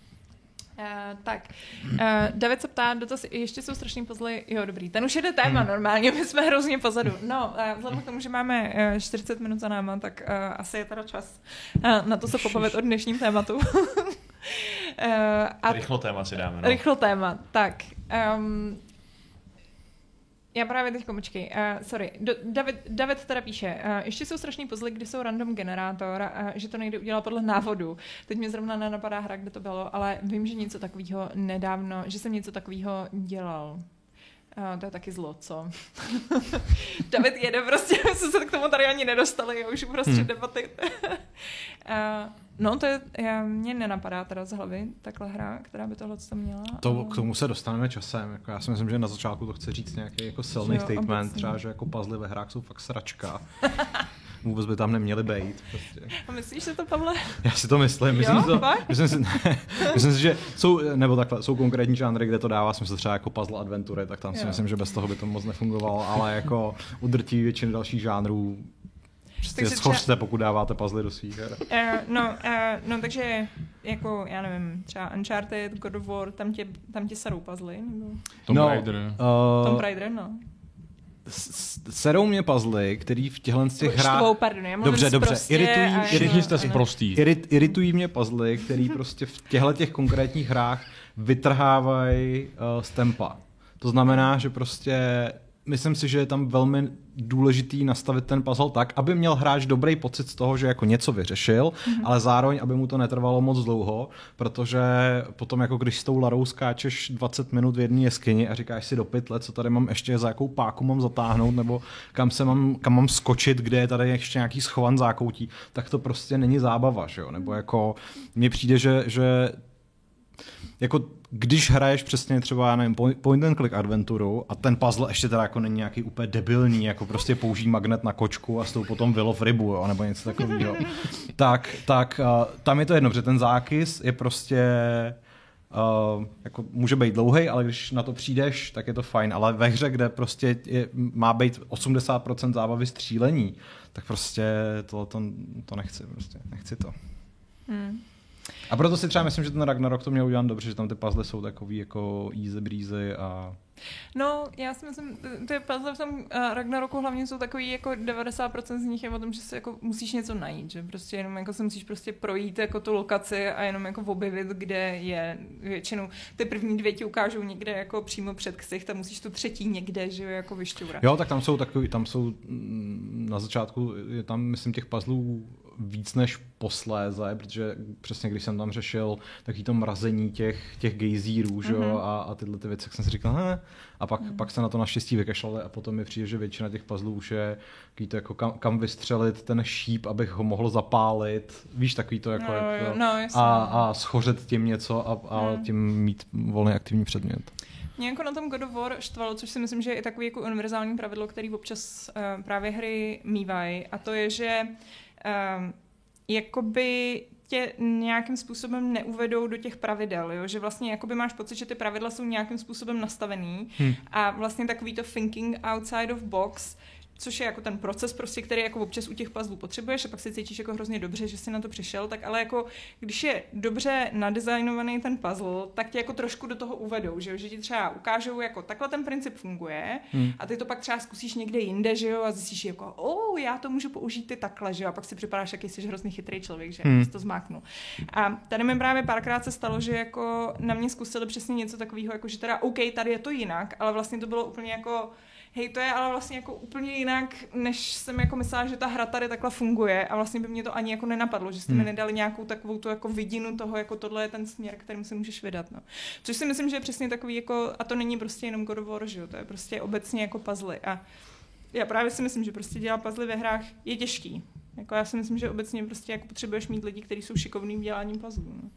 David se ptá, dotaz, ještě jsou strašný puzzle. Jo, dobrý, ten už jede téma normálně, my jsme hrozně pozadu. No, vzhledem k tomu, že máme 40 minut za náma, tak asi je teda čas na to se pobavit o dnešním tématu. Rychlo téma si dáme, no. Rychlo téma, tak. Já právě teď počkej. Sorry. David teda píše, ještě jsou strašný puzzle, kdy jsou random generátor, že to nejde udělat podle návodu. Teď mě zrovna nenapadá hra, kde to bylo, ale vím, že něco takového nedávno, že jsem něco takového dělal. To je taky zlo, co? David jede prostě, my jsme se k tomu tady ani nedostali, já už prostě debaty. No to je, mě nenapadá teda z hlavy takhle hra, která by tohle měla. K tomu se dostaneme časem. Jako já si myslím, že na začátku to chce říct nějaký jako silný statement, obecně. Třeba, že jako puzzle ve hrách jsou fakt sračka. Vůbec by tam neměly být. Prostě. A myslíš si to, Pavle? Já si to myslím. Myslím si, že jsou konkrétní žánry, kde to dává smysl, třeba jako puzzle adventury, tak tam si myslím, že bez toho by to moc nefungovalo, ale jako u drtí většiny dalších žánrů prostě schořte, pokud dáváte puzzle do svých her. No, takže jako, já nevím, třeba Uncharted, God of War, tam tě serou puzzle, nebo... Tomb Raider. Tomb Raider, no. Serou mě puzzle, který v těchto těch hrách... Dobře, iritují mě puzzle, který prostě v těchto těch konkrétních hrách vytrhávají z tempa. To znamená, že prostě myslím si, že je tam velmi důležitý nastavit ten puzzle tak, aby měl hráč dobrý pocit z toho, že jako něco vyřešil, ale zároveň, aby mu to netrvalo moc dlouho, protože potom jako když s tou Larou skáčeš 20 minut v jedné jeskyni a říkáš si do pytle, co tady mám ještě, za jakou páku mám zatáhnout, nebo kam mám skočit, kde je tady ještě nějaký schovan zákoutí, tak to prostě není zábava, že jo? Nebo jako mně přijde, že jako když hraješ přesně třeba, nevím, point and click adventuru a ten puzzle ještě teda jako není nějaký úplně debilní, jako prostě použij magnet na kočku a s tou potom vylov rybu, jo, nebo něco takového, tak tam je to jedno, protože ten zákys je prostě jako může být dlouhej, ale když na to přijdeš, tak je to fajn, ale ve hře, kde prostě má být 80% zábavy střílení, tak prostě to nechci, prostě nechci to. A proto si třeba myslím, že ten Ragnarok to měl udělat dobře, že tam ty puzzle jsou takový jako easy breezy a... No, já si myslím, ty puzzle v tom Ragnaroku hlavně jsou takový, jako 90% z nich je o tom, že si jako musíš něco najít, že prostě jenom jako se musíš prostě projít jako tu lokaci a jenom jako objevit, kde je většinou. Ty první 2 ti ukážou někde jako přímo před ksicht a musíš tu třetí někde, že jo, jako vyšťourat. Jo, tak tam jsou na začátku, je tam myslím těch puzzlů víc než posléze, protože přesně když jsem tam řešil taky to mrazení těch gejzírů, že jo, a tyhle ty věci, jak jsem si říkal, a pak se na to naštěstí vykašlali a potom mi přijde, že většina těch puzzlů už je takový to jako kam vystřelit ten šíp, abych ho mohl zapálit, víš, takový to jako, a schořet tím něco a tím mít volně aktivní předmět. Mě jako na tom God of War štvalo, což si myslím, že je takový jako univerzální pravidlo, který občas právě hry mívají, a to je, že jakoby tě nějakým způsobem neuvedou do těch pravidel, jo? Že vlastně jakoby máš pocit, že ty pravidla jsou nějakým způsobem nastavený a vlastně takový to thinking outside of box, což je jako ten proces prostě, který jako občas u těch puzzlů potřebuješ a pak si cítíš jako hrozně dobře, že jsi na to přišel, tak ale jako když je dobře nadizajnovaný ten puzzle, tak tě jako trošku do toho uvedou, že ti třeba ukážou, jako takhle ten princip funguje a ty to pak třeba zkusíš někde jinde, že jo, a zjistíš jako, já to můžu použít ty takhle, že jo, a pak si připadáš, jaký jsi hrozně chytrý člověk, že jsi to zmáknul. A tady mi právě párkrát se stalo, že jako na mě zkusili přesně něco takového, jako že teda OK, tady je to jinak, ale vlastně to bylo úplně jako hej, to je ale vlastně jako úplně jinak, než jsem jako myslela, že ta hra tady takhle funguje a vlastně by mě to ani jako nenapadlo, že jste mi nedali nějakou takovou tu jako vidinu toho, jako tohle je ten směr, kterým se můžeš vydat, no. Což si myslím, že je přesně takový jako, a to není prostě jenom God of War, že jo, to je prostě obecně jako puzzle a já právě si myslím, že prostě dělat puzzle ve hrách je těžký. Jako já si myslím, že obecně prostě jako potřebuješ mít lidi, kteří jsou šikovní v děláním puzzlů, no.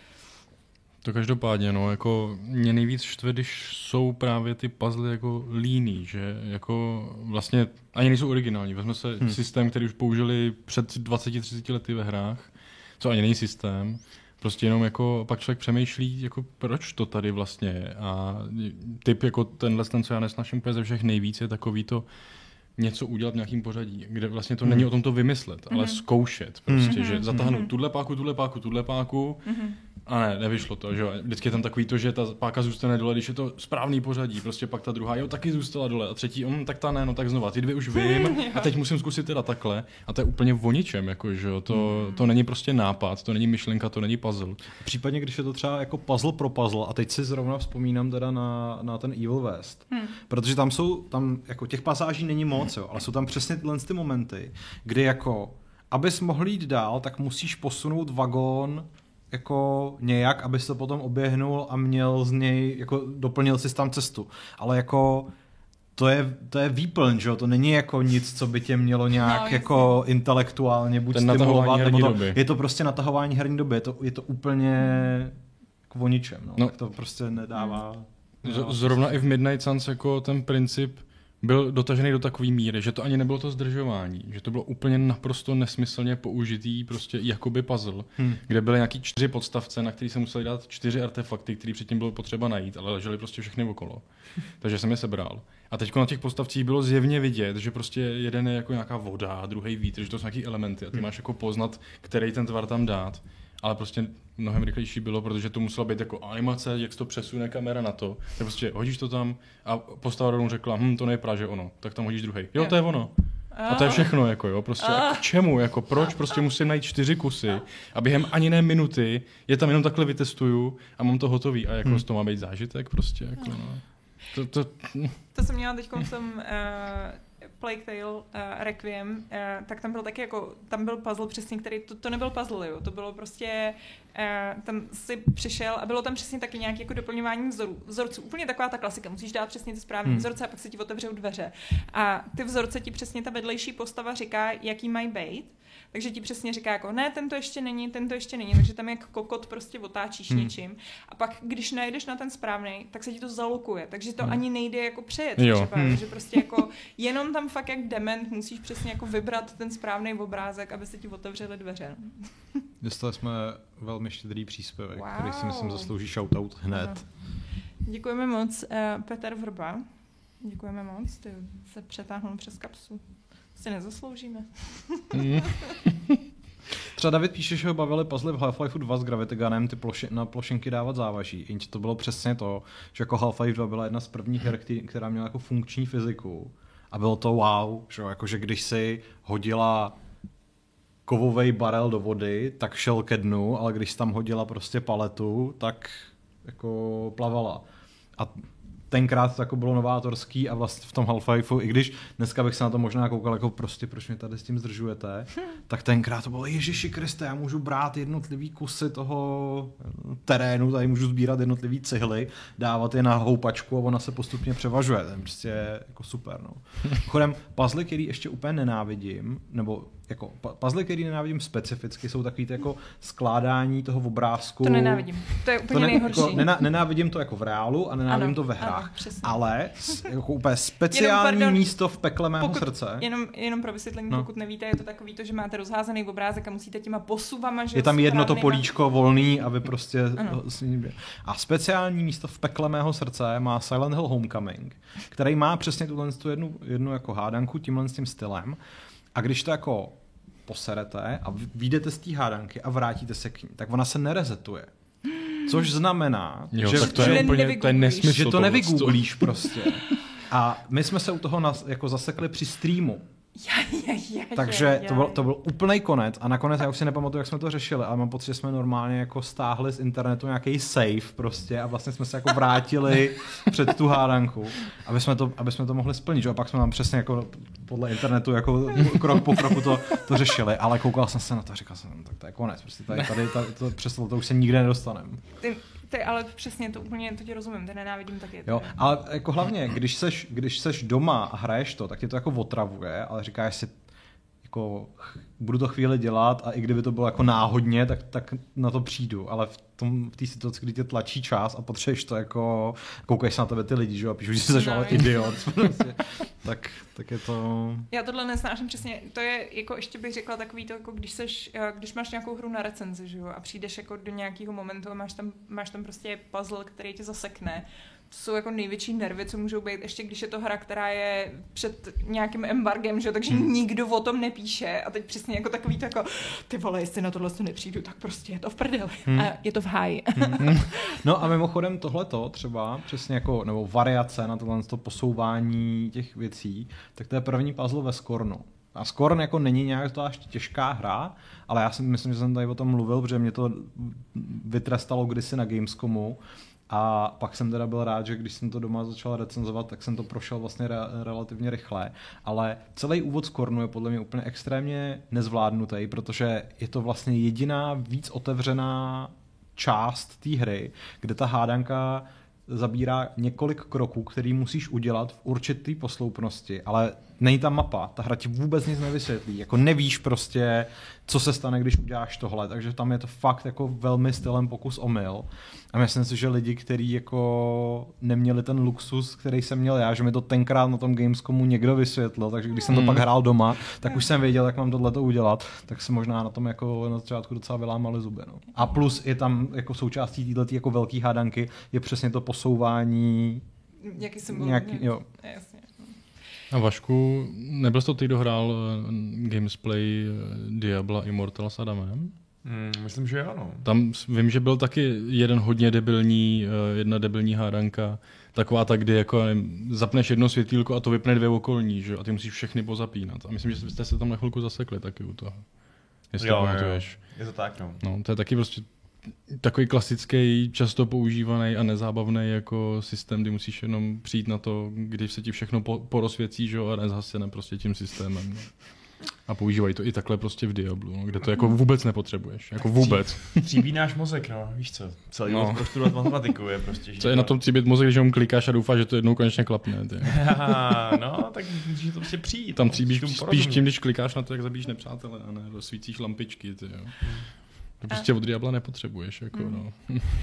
To každopádně, no, jako mě nejvíc štve, když jsou právě ty puzzle jako líný, že jako vlastně ani nejsou originální. Vezme se systém, který už použili před 20-30 lety ve hrách, co ani není systém, prostě jenom jako pak člověk přemýšlí, jako proč to tady vlastně je. A typ jako tenhle, co já nesnáším úplně ze všech nejvíc, je takový to něco udělat v nějakým pořadí, kde vlastně to není o tom to vymyslet, ale zkoušet prostě, že zatáhnout tuhle páku, a nevyšlo to, že jo. Vždycky je tam takový to, že ta páka zůstane dole, když je to správný pořadí, prostě pak ta druhá, taky zůstala dole a třetí, tak ta ne, no tak znova, ty 2 už vím a teď musím zkusit teda takhle a to je úplně o ničem, jako, že jo, to není prostě nápad, to není myšlenka, to není puzzle. Případně, když je to třeba jako puzzle pro puzzle a teď si zrovna vzpomínám teda na ten Evil West, protože tam jako těch pasáží není moc, jo, ale jsou tam přesně tyhle ty momenty, kdy jako, abys mohl jít dál, tak musíš posunout vagón jako nějak, abys to potom oběhnul a měl z něj, jako doplnil si tam cestu. Ale jako to je výplň, že jo? To není jako nic, co by tě mělo nějak jako intelektuálně buď stimulovat, nebo je to prostě natahování herní doby. Je to úplně o ničem. No. Tak to prostě nedává. Zrovna i v Midnight Suns jako ten princip byl dotažený do takové míry, že to ani nebylo to zdržování, že to bylo úplně naprosto nesmyslně použitý prostě jakoby puzzle, kde byly nějaký 4 podstavce, na který se museli dát 4 artefakty, které předtím bylo potřeba najít, ale ležely prostě všechny okolo. Takže jsem je sebral. A teď na těch podstavcích bylo zjevně vidět, že prostě jeden je jako nějaká voda, druhý vítr, že to jsou nějaký elementy a ty máš jako poznat, který ten tvar tam dát. Ale prostě mnohem rychlejší bylo, protože to musela být jako animace, jak se to přesune kamera na to. Tak prostě hodíš to tam a postava rovnou řekla, to nevypadá, že ono, tak tam hodíš druhý. Jo, to je ono. A to je všechno, jako jo, prostě k čemu, jako proč, prostě musím najít 4 kusy a během ani ne minuty je tam jenom takhle vytestuju a mám to hotový a jako z toho má být zážitek prostě, jako no. To jsem měla teďkom v tom Plague Tale Requiem, tak tam byl taky jako, tam byl puzzle přesně, který, to nebyl puzzle, jo, to bylo prostě, tam si přišel a bylo tam přesně taky nějaké jako doplňování vzorců, úplně taková ta klasika, musíš dát přesně ty správné vzorce a pak se ti otevřou dveře. A ty vzorce ti přesně ta vedlejší postava říká, jaký mají být. Takže ti přesně říká jako, ne, tento ještě není, takže tam jak kokot prostě otáčíš něčím. A pak, když najdeš na ten správný, tak se ti to zalokuje, takže to ani nejde jako přejet třeba, že prostě jako jenom tam fakt jak dement musíš přesně jako vybrat ten správný obrázek, aby se ti otevřely dveře. Dostali jsme velmi štědrý příspěvek, který si myslím zaslouží shoutout hned. Aha. Děkujeme moc, Petr Vrba. Děkujeme moc, ty se přetáhnul přes kapsu. Si nezasloužíme. Třeba David píše, že ho bavili puzzle v Half-Life 2 s Gravity Gunem, ty na plošinky dávat závaží. Jenže to bylo přesně to, že jako Half-Life 2 byla jedna z prvních her, která měla jako funkční fyziku. A bylo to wow, že jakože když si hodila kovovej barel do vody, tak šel ke dnu, ale když tam hodila prostě paletu, tak jako plavala. A tenkrát to jako bylo novátorský a vlastně v tom Half-Lifeu, i když dneska bych se na to možná koukal jako prostě, proč mě tady s tím zdržujete, tak tenkrát to bylo Ježiši Kriste, já můžu brát jednotlivý kusy toho terénu, tady můžu sbírat jednotlivý cihly, dávat je na houpačku a ona se postupně převažuje, to je prostě jako super. No. Chodem, puzzle, který ještě úplně nenávidím, nebo jako puzzle, který nenávidím specificky, jsou takový ty jako skládání toho obrázku. To nenávidím. To je úplně nejhorší. Jako, nenávidím to jako v reálu a nenávidím to ve hrách. Ano, ale jako úplně speciální místo v pekle mého srdce. Jenom pro vysvětlení, pokud nevíte, je to takový to, že máte rozházený obrázek a musíte těma posuvama, že je tam jedno to políčko volný a vy prostě a speciální místo v pekle mého srdce má Silent Hill Homecoming, který má přesně tuhle jednu jako hádanku tímhle s tím stylem. A když to jako poserete a vyjdete z té hádanky a vrátíte se k ní, tak ona se nerezetuje. Což znamená, že to nevygooglíš prostě. A my jsme se u toho jako zasekli při streamu. Takže to byl úplný konec a nakonec já už si nepamatuju, jak jsme to řešili, ale mám pocit, že jsme normálně jako stáhli z internetu nějaký save prostě a vlastně jsme se jako vrátili před tu hádanku, aby jsme to mohli splnit. A pak jsme tam přesně jako podle internetu jako krok po kroku to řešili, ale koukal jsem se na to a říkal jsem, tak to je konec, prostě tady to přesně to už se nikde nedostaneme. Ale přesně to úplně, to ti rozumím, to nenávidím taky. Jo, ale jako hlavně, když seš doma a hraješ to, tak tě to jako otravuje, ale říkáš si, jako budu to chvíli dělat a i kdyby to bylo jako náhodně, tak na to přijdu, ale v té situaci, kdy tě tlačí čas a potřebuješ to jako, koukají se na tebe ty lidi, že jo, a píšu, že jsi ale idiot, prostě, tak je to... Já tohle nesnáším přesně, to je jako ještě bych řekla takový to, jako když máš nějakou hru na recenzi, že jo, a přijdeš jako do nějakého momentu a máš tam prostě puzzle, který tě zasekne. To jsou jako největší nervy, co můžou být, ještě když je to hra, která je před nějakým embargem, že? Takže nikdo o tom nepíše a teď přesně jako takový to jako, ty vole, jestli na tohle nepřijdu, tak prostě je to v prdeli a je to v háji. No a mimochodem tohleto třeba přesně jako, nebo variace na tohle posouvání těch věcí, tak to je první puzzle ve Scornu. A Scorn jako není nějak zvlášť těžká hra, ale já si myslím, že jsem tady o tom mluvil, protože mě to vytrestalo kdysi na Gamescomu. A pak jsem teda byl rád, že když jsem to doma začal recenzovat, tak jsem to prošel vlastně relativně rychle. Ale celý úvod Scornu je podle mě úplně extrémně nezvládnutý, protože je to vlastně jediná víc otevřená část té hry, kde ta hádanka zabírá několik kroků, který musíš udělat v určitý posloupnosti, ale není tam mapa, ta hra ti vůbec nic nevysvětlí, jako nevíš prostě, co se stane, když uděláš tohle, takže tam je to fakt jako velmi stylem pokus omyl. A myslím si, že lidi, kteří jako neměli ten luxus, který jsem měl já, že mi to tenkrát na tom Gamescomu někdo vysvětlil, takže když jsem to pak hrál doma, tak už jsem věděl, jak mám tohleto udělat, tak se možná na tom jako na začátku docela vylámali zuby. No. A plus je tam jako součástí této jako velký hádanky je přesně to posouvání. Jaký symbol? Jo. Jasně. A Vašku, nebyl jsi to ty, kdo hrál gamesplay Diabla Immortal s Adamem? Myslím, že ano. Tam vím, že byl taky jedna debilní hádanka, taková ta, kdy jako zapneš jedno světýlko a to vypne dvě okolní, že? A ty musíš všechny pozapínat. A myslím, že jste se tam na chvilku zasekli taky u toho. Jestli to pamatuješ. Je to tak, no. No, to je taky prostě takový klasický, často používaný a nezábavný jako systém, kdy musíš jenom přijít na to, když se ti všechno porozsvěcí, že? A nezhasene prostě tím systémem. No. A používají to i takhle prostě v Diablu, no, kde to jako vůbec nepotřebuješ, jako vůbec. Tříbí náš mozek, no, víš co, celý prostudovat matematiku je prostě. Co je na tom tříbit mozek, že mu klikáš a doufáš, že to jednou konečně klapne. No, tak musíš to prostě přijít. Tam tříbíš spíš tím, když klikáš na to, jak zabíjíš nepřátele, a ne rozsvítíš lampičky, ty jo. To prostě od Diabla nepotřebuješ, jako no.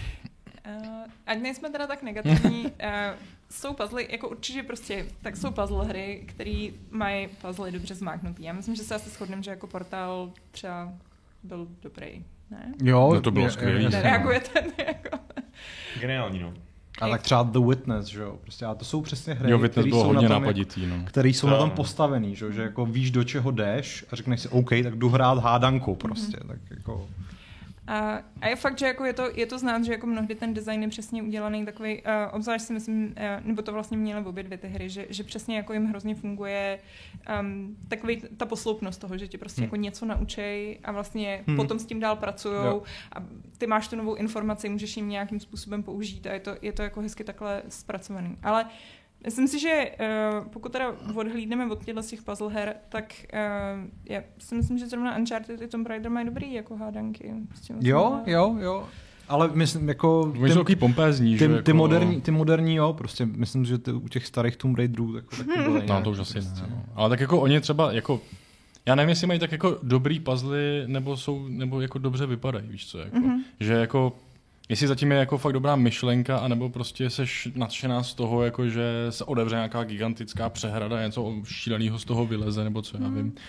Ať nejsme teda tak negativní, jsou puzzle, jako určitě prostě, tak jsou puzzle hry, které mají puzzle dobře zmáknutý. Já myslím, že se asi shodneme, že jako Portal třeba byl dobrý, ne? Jo, no to bylo skvělý. Reagujete jako... Geniální, no. A tak třeba The Witness, že jo, prostě, a to jsou přesně hry, Jo, Witness bylo hodně napaditý, který jsou na tom postavený, že jako víš, do čeho jdeš a řekneš si, OK, tak jdu hrát hádanku prostě, tak jako... A je fakt, že jako je to znát, že jako mnohdy ten design je přesně udělaný takový, obzvlášť si myslím, nebo to vlastně měly obě dvě ty hry, že přesně jako jim hrozně funguje takový ta posloupnost toho, že ti prostě jako něco naučej a vlastně potom s tím dál pracujou a ty máš tu novou informaci, můžeš jim nějakým způsobem použít a je to jako hezky takhle zpracovaný. Ale myslím si, že pokud teda odhlídneme od těchto z těch puzzle her, tak já si myslím, že zrovna Uncharted i Tomb Raider mají dobrý jako hádanky. Prostě Jo. Ale myslím, jako... Oni jsou takový pompézní, že ty moderní, jo, prostě myslím, že u těch starých Tomb Raiderů taky byly. No to už asi ne. No. Ale tak jako oni třeba jako... Já nevím, jestli mají tak jako dobrý puzzly, nebo jako dobře vypadají, víš co, jako. Že jako... Jestli zatím je jako fakt dobrá myšlenka, anebo prostě seš nadšená z toho, jako že se odevře nějaká gigantická přehrada, něco šíleného z toho vyleze, nebo co já vím.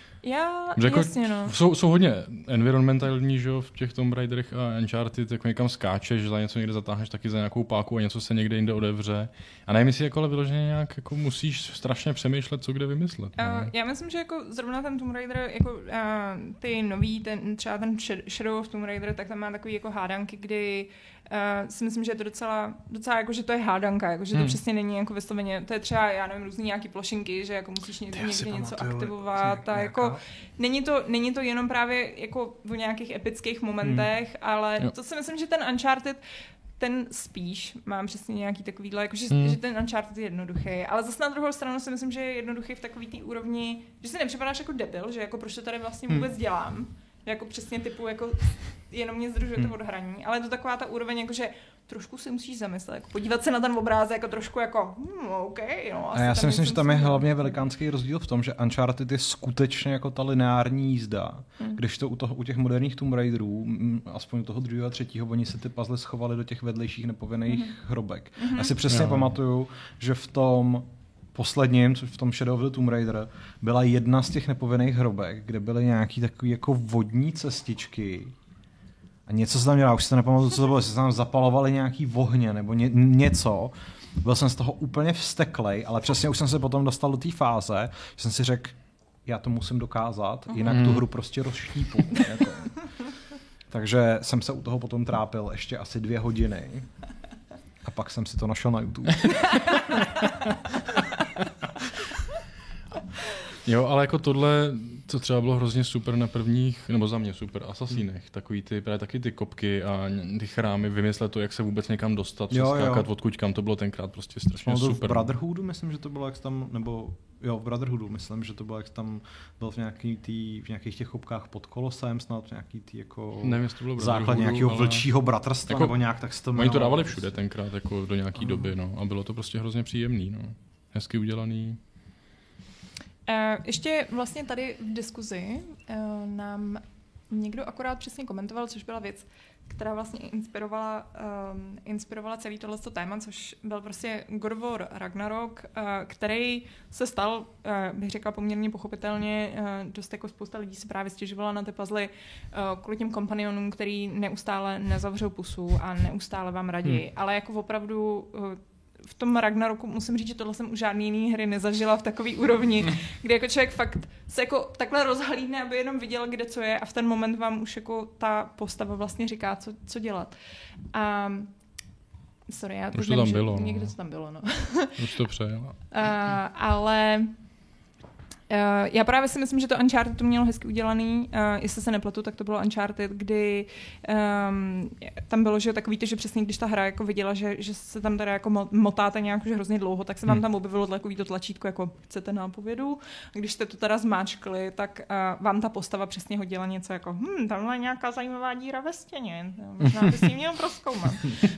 Jako, jasně, no. Jsou hodně environmentální, že jo, v těch Tomb Raiderech a Uncharted, jako někam skáčeš, za něco někde zatáhneš taky za nějakou páku a něco se někde jinde odevře. A nevím, jestli jako ale vyloženě nějak jako musíš strašně přemýšlet, co kde vymyslet. Já myslím, že jako zrovna ten Tomb Raider, jako ty nový, třeba ten Shadow of Tomb Raider, tak tam má takový jako hádanky, kdy si myslím, že je to docela jako, že to je hádanka, jako, že to přesně není jako vysloveně, to je třeba, já nevím, různý nějaký plošinky, že jako musíš někde něco aktivovat a jako není to jenom právě jako v nějakých epických momentech, ale to si myslím, že ten Uncharted ten spíš mám přesně nějaký takovýhle, jako, že ten Uncharted je jednoduchý, ale zase na druhou stranu si myslím, že je jednoduchý v takový té úrovni, že si nepřipadáš jako debil, že jako proč to tady vlastně vůbec dělám, jako přesně typu jako jenom mě zdržujete od hraní, ale je to taková ta úroveň, jako že trošku si musíš zamyslet, jako podívat se na ten obrázek jako trošku jako OK, no. A já si myslím, že tam je hlavně velikánský rozdíl v tom, že Uncharted je skutečně jako ta lineární jízda, když to u těch moderních Tomb Raiderů, aspoň u toho 2. a 3. oni se ty puzzle schovaly do těch vedlejších nepovinných hrobek. Já si přesně pamatuju, že v tom posledním, v tom Shadow of the Tomb Raider, byla jedna z těch nepovinných hrobek, kde byly nějaký takový jako vodní cestičky. A něco se tam dělalo, už si to nepamatuju, co to bylo, jestli se tam zapalovaly nějaký ohně nebo něco. Byl jsem z toho úplně vzteklej, ale přesně už jsem se potom dostal do té fáze, že jsem si řekl, já to musím dokázat, jinak tu hru prostě rozštípu. Jako. Takže jsem se u toho potom trápil ještě asi 2 hodiny. A pak jsem si to našel na YouTube. Jo, ale jako tohle, to třeba bylo hrozně super na prvních, nebo za mě super, Assassinech. Takový ty, právě taky ty kopky a ty chrámy, vymyslet to, jak se vůbec někam dostat, přeskákat odkud kam, to bylo tenkrát prostě strašně super. V Brotherhoodu myslím, že to bylo, jak tam, nebo jo, v Brotherhoodu myslím, že to bylo, jak tam byl v nějakých těch kopkách pod Kolosem, snad v nějaký ty jako základ nějakého vlčího bratrstva, jako, nebo nějak tak se to oni to dávali všude tenkrát, jako do nějaký doby, no, a bylo to prostě hrozně příjemný, no. Hezky udělaný. Ještě vlastně tady v diskuzi nám někdo akorát přesně komentoval, což byla věc, která vlastně inspirovala celý tohleto téma, což byl prostě God of War Ragnarok, který se stal, bych řekla poměrně pochopitelně, dost jako spousta lidí se právě stěžovala na ty puzzle kvůli těm kompanionům, který neustále nezavřou pusu a neustále vám radí, ale jako opravdu v tom Ragnaroku musím říct, že tohle jsem u žádný jiný hry nezažila v takový úrovni, kde jako člověk fakt se jako takhle rozhlídne, aby jenom viděl, kde co je a v ten moment vám už jako ta postava vlastně říká, co dělat. A sorry, já už to tam bylo. Někde to tam bylo, no. Už to přejela. Ale já právě si myslím, že to Uncharted to mělo hezky udělaný. Jestli se nepletu, tak to bylo Uncharted, kdy tam bylo, že takový to, že přesně když ta hra jako viděla, že se tam teda jako motáte nějak už hrozně dlouho, tak se vám tam objevilo takový to tlačítko, jako chcete nápovědu. A když jste to teda zmáčkli, tak vám ta postava přesně hodila něco jako tamhle je nějaká zajímavá díra ve stěně. Možná bys ji měl prozkoumat.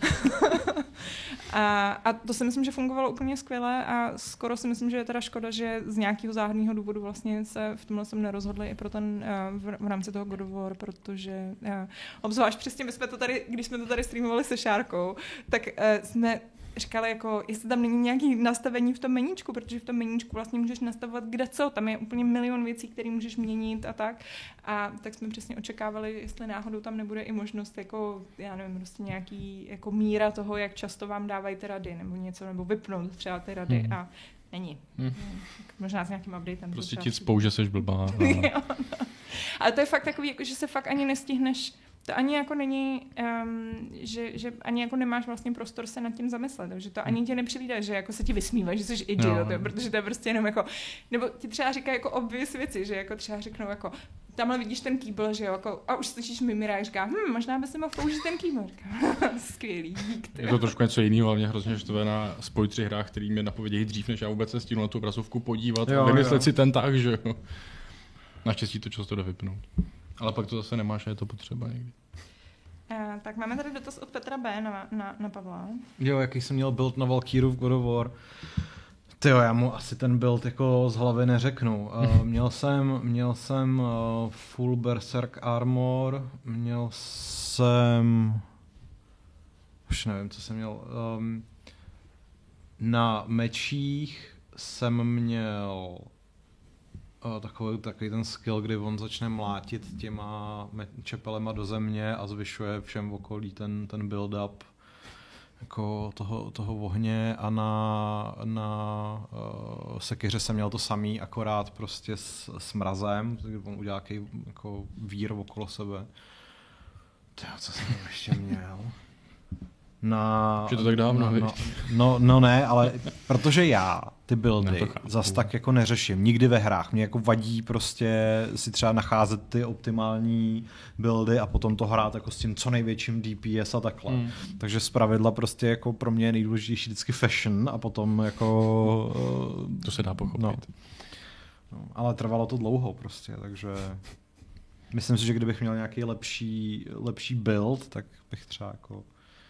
A to si myslím, že fungovalo úplně skvěle a skoro si myslím, že je teda škoda, že z nějakého záhadného důvodu vlastně se v tomhle jsem nerozhodli i pro ten v rámci toho God of War, protože obzvlášť přesně my jsme to tady, když jsme to tady streamovali se Šárkou, tak jsme říkali, jako, jestli tam není nějaký nastavení v tom meníčku, protože v tom meníčku vlastně můžeš nastavovat kde co, tam je úplně milion věcí, které můžeš měnit a tak. A tak jsme přesně očekávali, jestli náhodou tam nebude i možnost, jako, já nevím, prostě nějaký jako míra toho, jak často vám dávají ty rady, nebo něco, nebo vypnout třeba ty rady a není. Možná s nějakým updatem. Prostě ti cpou, že seš blbá. Ale to je fakt takový, jako, že se fakt ani nestihneš. To ani jako není, že ani jako nemáš vlastně prostor se nad tím zamyslet, že to ani tě nepřivídá, že jako se ti vysmíváš, že jsi idiot, protože to je prostě jenom jako, nebo ti třeba říkají jako obvious věci, že jako třeba řeknou jako, tamhle vidíš ten kýbl, že jo, jako, a už slyšíš Mimira, jak říká, možná by si mohl použít ten kýbl. Skvělý, dík. Je to trošku něco jiného, hlavně hrozně štve na Spoj 3 hrách, který mě napovědějí dřív, než já vůbec se stínu na tu obrazovku podívat a vymyslet si ten tak, že jo. Naštěstí to často jde vypnout. Ale pak to zase nemáš a je to potřeba někdy. Tak máme tady dotaz od Petra B. na Pavla. Jo, jaký jsem měl build na Valkyru v God of War. Tyjo, já mu asi ten build jako z hlavy neřeknu. Měl jsem full berserk armor, měl jsem... Už nevím, co jsem měl. Na mečích jsem měl takový ten skill, kdy on začne mlátit těma čepelema do země a zvyšuje všem v okolí ten build-up jako toho ohně a na sekyře jsem měl to samý, akorát prostě s mrazem, on udělá jako vír okolo sebe. Tyjo, co jsem ještě měl? Že to tak dávno, no ne, ale protože já ty buildy zas tak jako neřeším, nikdy ve hrách. Mě jako vadí prostě si třeba nacházet ty optimální buildy a potom to hrát jako s tím co největším DPS a takhle. Takže zpravidla prostě jako pro mě je nejdůležitější vždycky fashion a potom jako... To se dá pochopit. No, ale trvalo to dlouho prostě, takže... Myslím si, že kdybych měl nějaký lepší build, tak bych třeba jako...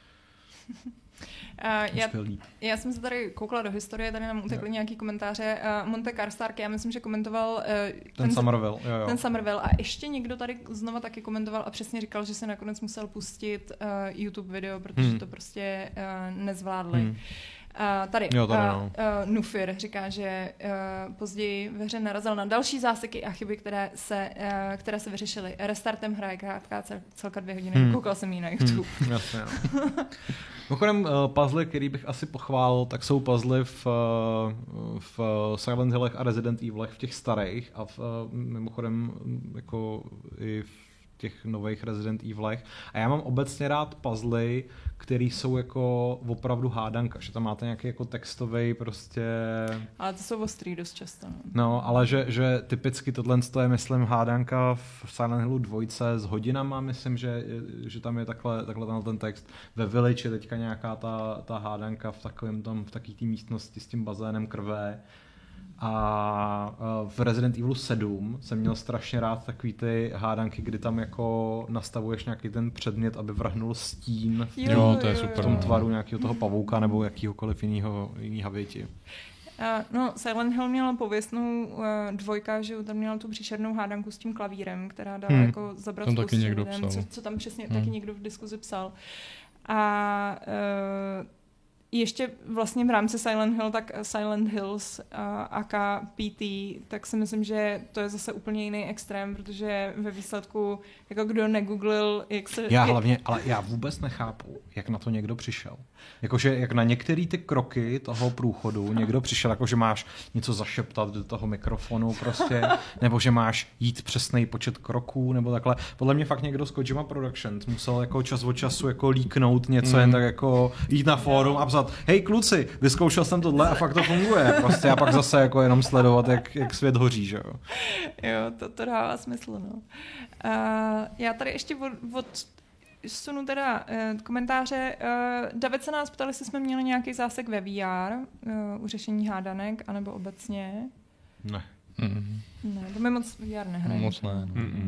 Já jsem se tady koukla do historie, tady nám utekly nějaký komentáře. Monte Karstark, já myslím, že komentoval ten Somerville. Ten Somerville. A ještě někdo tady znova taky komentoval a přesně říkal, že se nakonec musel pustit YouTube video, protože to prostě nezvládli. Tady Nufir říká, že později ve hře narazil na další záseky a chyby, které se vyřešily. Restartem hraje krátká celka 2 hodiny. Koukal jsem jí na YouTube. Jasně. Mimochodem, puzzle, který bych asi pochválil, tak jsou puzzle v Silent Hillech a Resident Evilech v těch starých a mimochodem jako i v těch nových Resident Evilech. A já mám obecně rád puzzle, které jsou jako opravdu hádanka, že tam máte nějaký jako textový prostě... Ale to jsou ostrý dost často. No, ale že typicky tohle je, myslím, hádanka v Silent Hillu 2 s hodinama, myslím, že tam je takhle ten text. Ve Village je teďka nějaká ta hádanka v takové té místnosti s tím bazénem krve. A v Resident Evilu 7 jsem měl strašně rád takový ty hádanky, kdy tam jako nastavuješ nějaký ten předmět, aby vrhnul stín to je super. V tom tvaru nějakého toho pavouka nebo jakýhokoliv jiný havěti. No, Silent Hill měla pověstnou 2, že tam měla tu příšernou hádanku s tím klavírem, která dala jako zabrat tam taky někdo lidem, psal. co tam přesně taky někdo v diskuzi psal. A ještě vlastně v rámci Silent Hill, tak Silent Hills aka PT, tak si myslím, že to je zase úplně jiný extrém, protože ve výsledku, jako kdo negooglil, jak se... Ale já vůbec nechápu, jak na to někdo přišel. Jakože jak na některé ty kroky toho průchodu někdo přišel, jakože máš něco zašeptat do toho mikrofonu prostě, nebo že máš jít přesný počet kroků, nebo takhle. Podle mě fakt někdo z Kojima Productions musel jako čas od času jako líknout něco, jen tak jako jít na fórum a psát, hej kluci, vyzkoušel jsem tohle a fakt to funguje. Prostě a pak zase jako jenom sledovat, jak svět hoří, že jo. Jo, to dává smysl, no. Já tady ještě sunu teda komentáře. David se nás ptal, jestli jsme měli nějaký zásek ve VR u řešení hádanek, anebo obecně. Ne. Ne, to my moc VR nehrajem. Moc ne.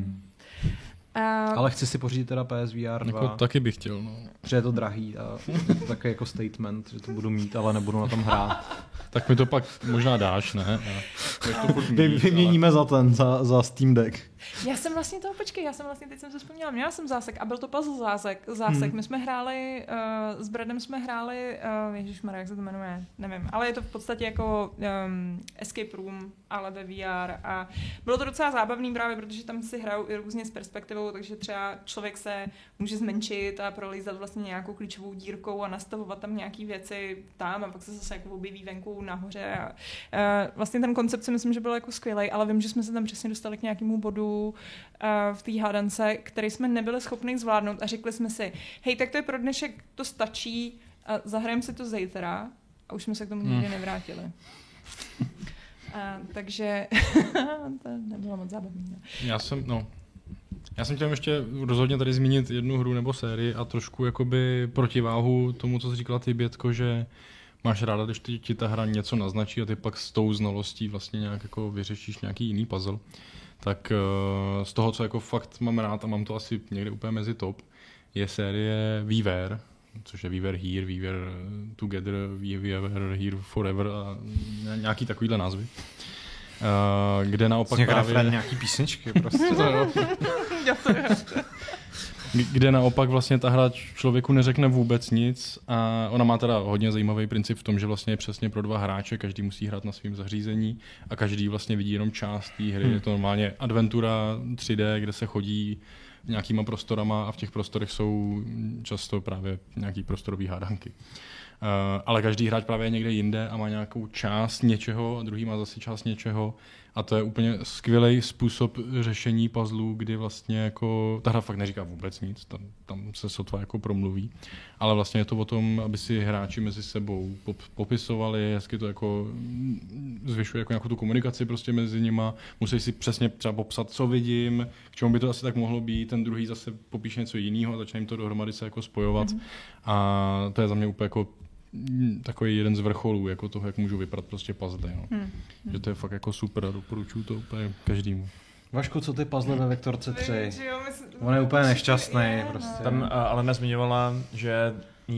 Ale chci si pořídit teda PSVR 2. Jako taky bych chtěl, no. Protože je to drahý a je to taky jako statement, že to budu mít, ale nebudu na tom hrát. Tak mi to pak možná dáš, ne? Vyměníme za Steam Deck. Já jsem vlastně teď jsem se vzpomněla, měla jsem zásek a byl to puzzle zásek. My jsme hráli, s Bradem jsme hráli, ježišmarja, jak se to jmenuje, nevím, ale je to v podstatě jako escape room, ale ve VR a bylo to docela zábavný právě, protože tam si hrajou i různě s perspektivou, takže třeba člověk se může zmenšit a prolízat vlastně nějakou klíčovou dírkou a nastavovat tam nějaký věci tam a pak se zase jako objeví venku nahoře a vlastně ten koncept si myslím, že byl jako skvělej, ale vím, že jsme se tam přesně dostali k nějakému bodu v té hádance, který jsme nebyli schopni zvládnout a řekli jsme si, hej, tak to je pro dnešek, to stačí a zahrajeme si to zítra a už jsme se k tomu nikdy nevrátili. Takže to nebylo moc zábavné. Já jsem chtěl ještě rozhodně tady zmínit jednu hru nebo sérii a trošku jakoby protiváhu tomu, co jsi říkala ty, Bětko, že máš ráda, když ti ta hra něco naznačí a ty pak s tou znalostí vlastně nějak jako vyřešíš nějaký jiný puzzle. Tak z toho, co jako fakt mám rád a mám to asi někde úplně mezi top, je série WeWare, což je WeWare Here, WeWare Together, WeWare Here Forever a nějaký takovýhle názvy. Kde naopak právě... nějaký písničky prostě. Kde naopak vlastně ta hra člověku neřekne vůbec nic a ona má teda hodně zajímavý princip v tom, že vlastně je přesně pro 2 hráče, každý musí hrát na svém zařízení a každý vlastně vidí jenom část té hry. Je to normálně adventura 3D, kde se chodí nějakýma prostorama a v těch prostorech jsou často právě nějaký prostorový hádanky. Ale každý hráč právě je někde jinde a má nějakou část něčeho a druhý má zase část něčeho a to je úplně skvělý způsob řešení puzzlů, kdy vlastně jako ta hra fakt neříká vůbec nic, tam se sotva jako promluví, ale vlastně je to o tom, aby si hráči mezi sebou popisovali, hezky to jako zvyšuje jako nějakou tu komunikaci prostě mezi nima, musí si přesně třeba popsat, co vidím, k čemu by to asi tak mohlo být, ten druhý zase popíše něco jiného a začne jim to dohromady se jako spojovat a to je za mě úplně jako takový jeden z vrcholů jako toho, jak můžu vypadat prostě puzzle. No. Že to je fakt jako super a doporučuji to úplně každému. Vašku, co ty puzzle ve Vektorce 3? On je úplně nešťastný. Prostě. Tam Alena zmiňovala, že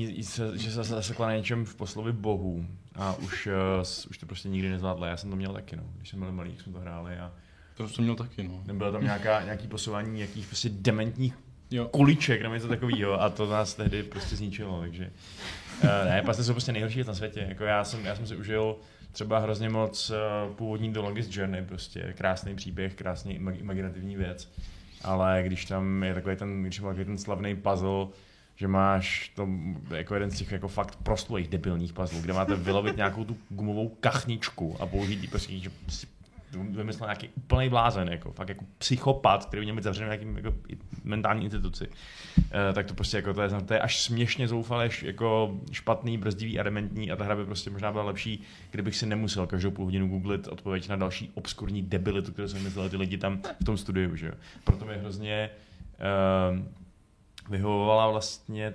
se zasekla na něčem v poslovi bohu a už to prostě nikdy nezvládla. Já jsem to měl taky, no. Když jsem byl malý, jsme to hráli a to jsem měl taky, no. Nebylo tam nějaký posouvání nějakých prostě dementních kuliček nebo něco takového a to nás tehdy prostě zničilo, takže ne, puzzle jsou prostě nejhorší věc na světě. Jako já jsem si užil třeba hrozně moc původní The Longest Journey, prostě krásný příběh, krásný imaginativní věc, ale když tam je takový ten slavný puzzle, že máš to jako jeden z těch jako fakt proslulých debilních puzzlů, kde máte vylovit nějakou tu gumovou kachničku a použít ji prostě, že vymyslel nějaký úplný blázen, jako fakt jako psychopat, který by měl být zavřený v nějakým jako mentální instituci. Tak to prostě jako to je až směšně zoufalé, jako špatný, brzdivý a dementní a ta hra by prostě možná byla lepší, kdybych si nemusel každou půl hodinu googlit odpověď na další obskurní debilitu, kterou jsem myslel ty lidi tam v tom studiu, že jo. Proto mi hrozně vyhovovala vlastně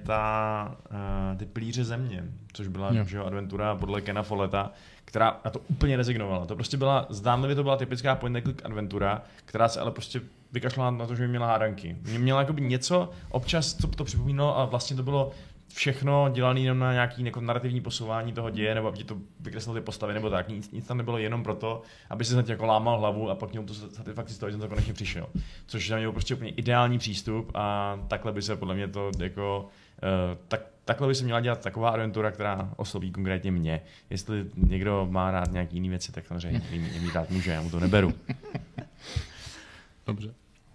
ty Plíře země, což byla že jo, adventura podle Kena Folletta, která na to úplně rezignovala. To prostě byla, zdánlivě to byla typická point and click adventura, která se ale prostě vykašlala na to, že by měla hádanky. Měla jakoby něco občas, co to připomínalo a vlastně to bylo všechno dělané jenom na nějaký jako narrativní posouvání toho děje, nebo aby to vykreslil ty postavy, nebo tak. Nic tam nebylo jenom proto, aby si jako lámal hlavu a pak měl to satisfakci, že jsem to konečně přišel. Což tam měl prostě úplně ideální přístup a takhle by se podle mě to jako takhle by se měla dělat taková adventura, která osloví konkrétně mě. Jestli někdo má rád nějaký jiný věci, tak samozřejmě mě rád může, já mu to neberu. Dobře.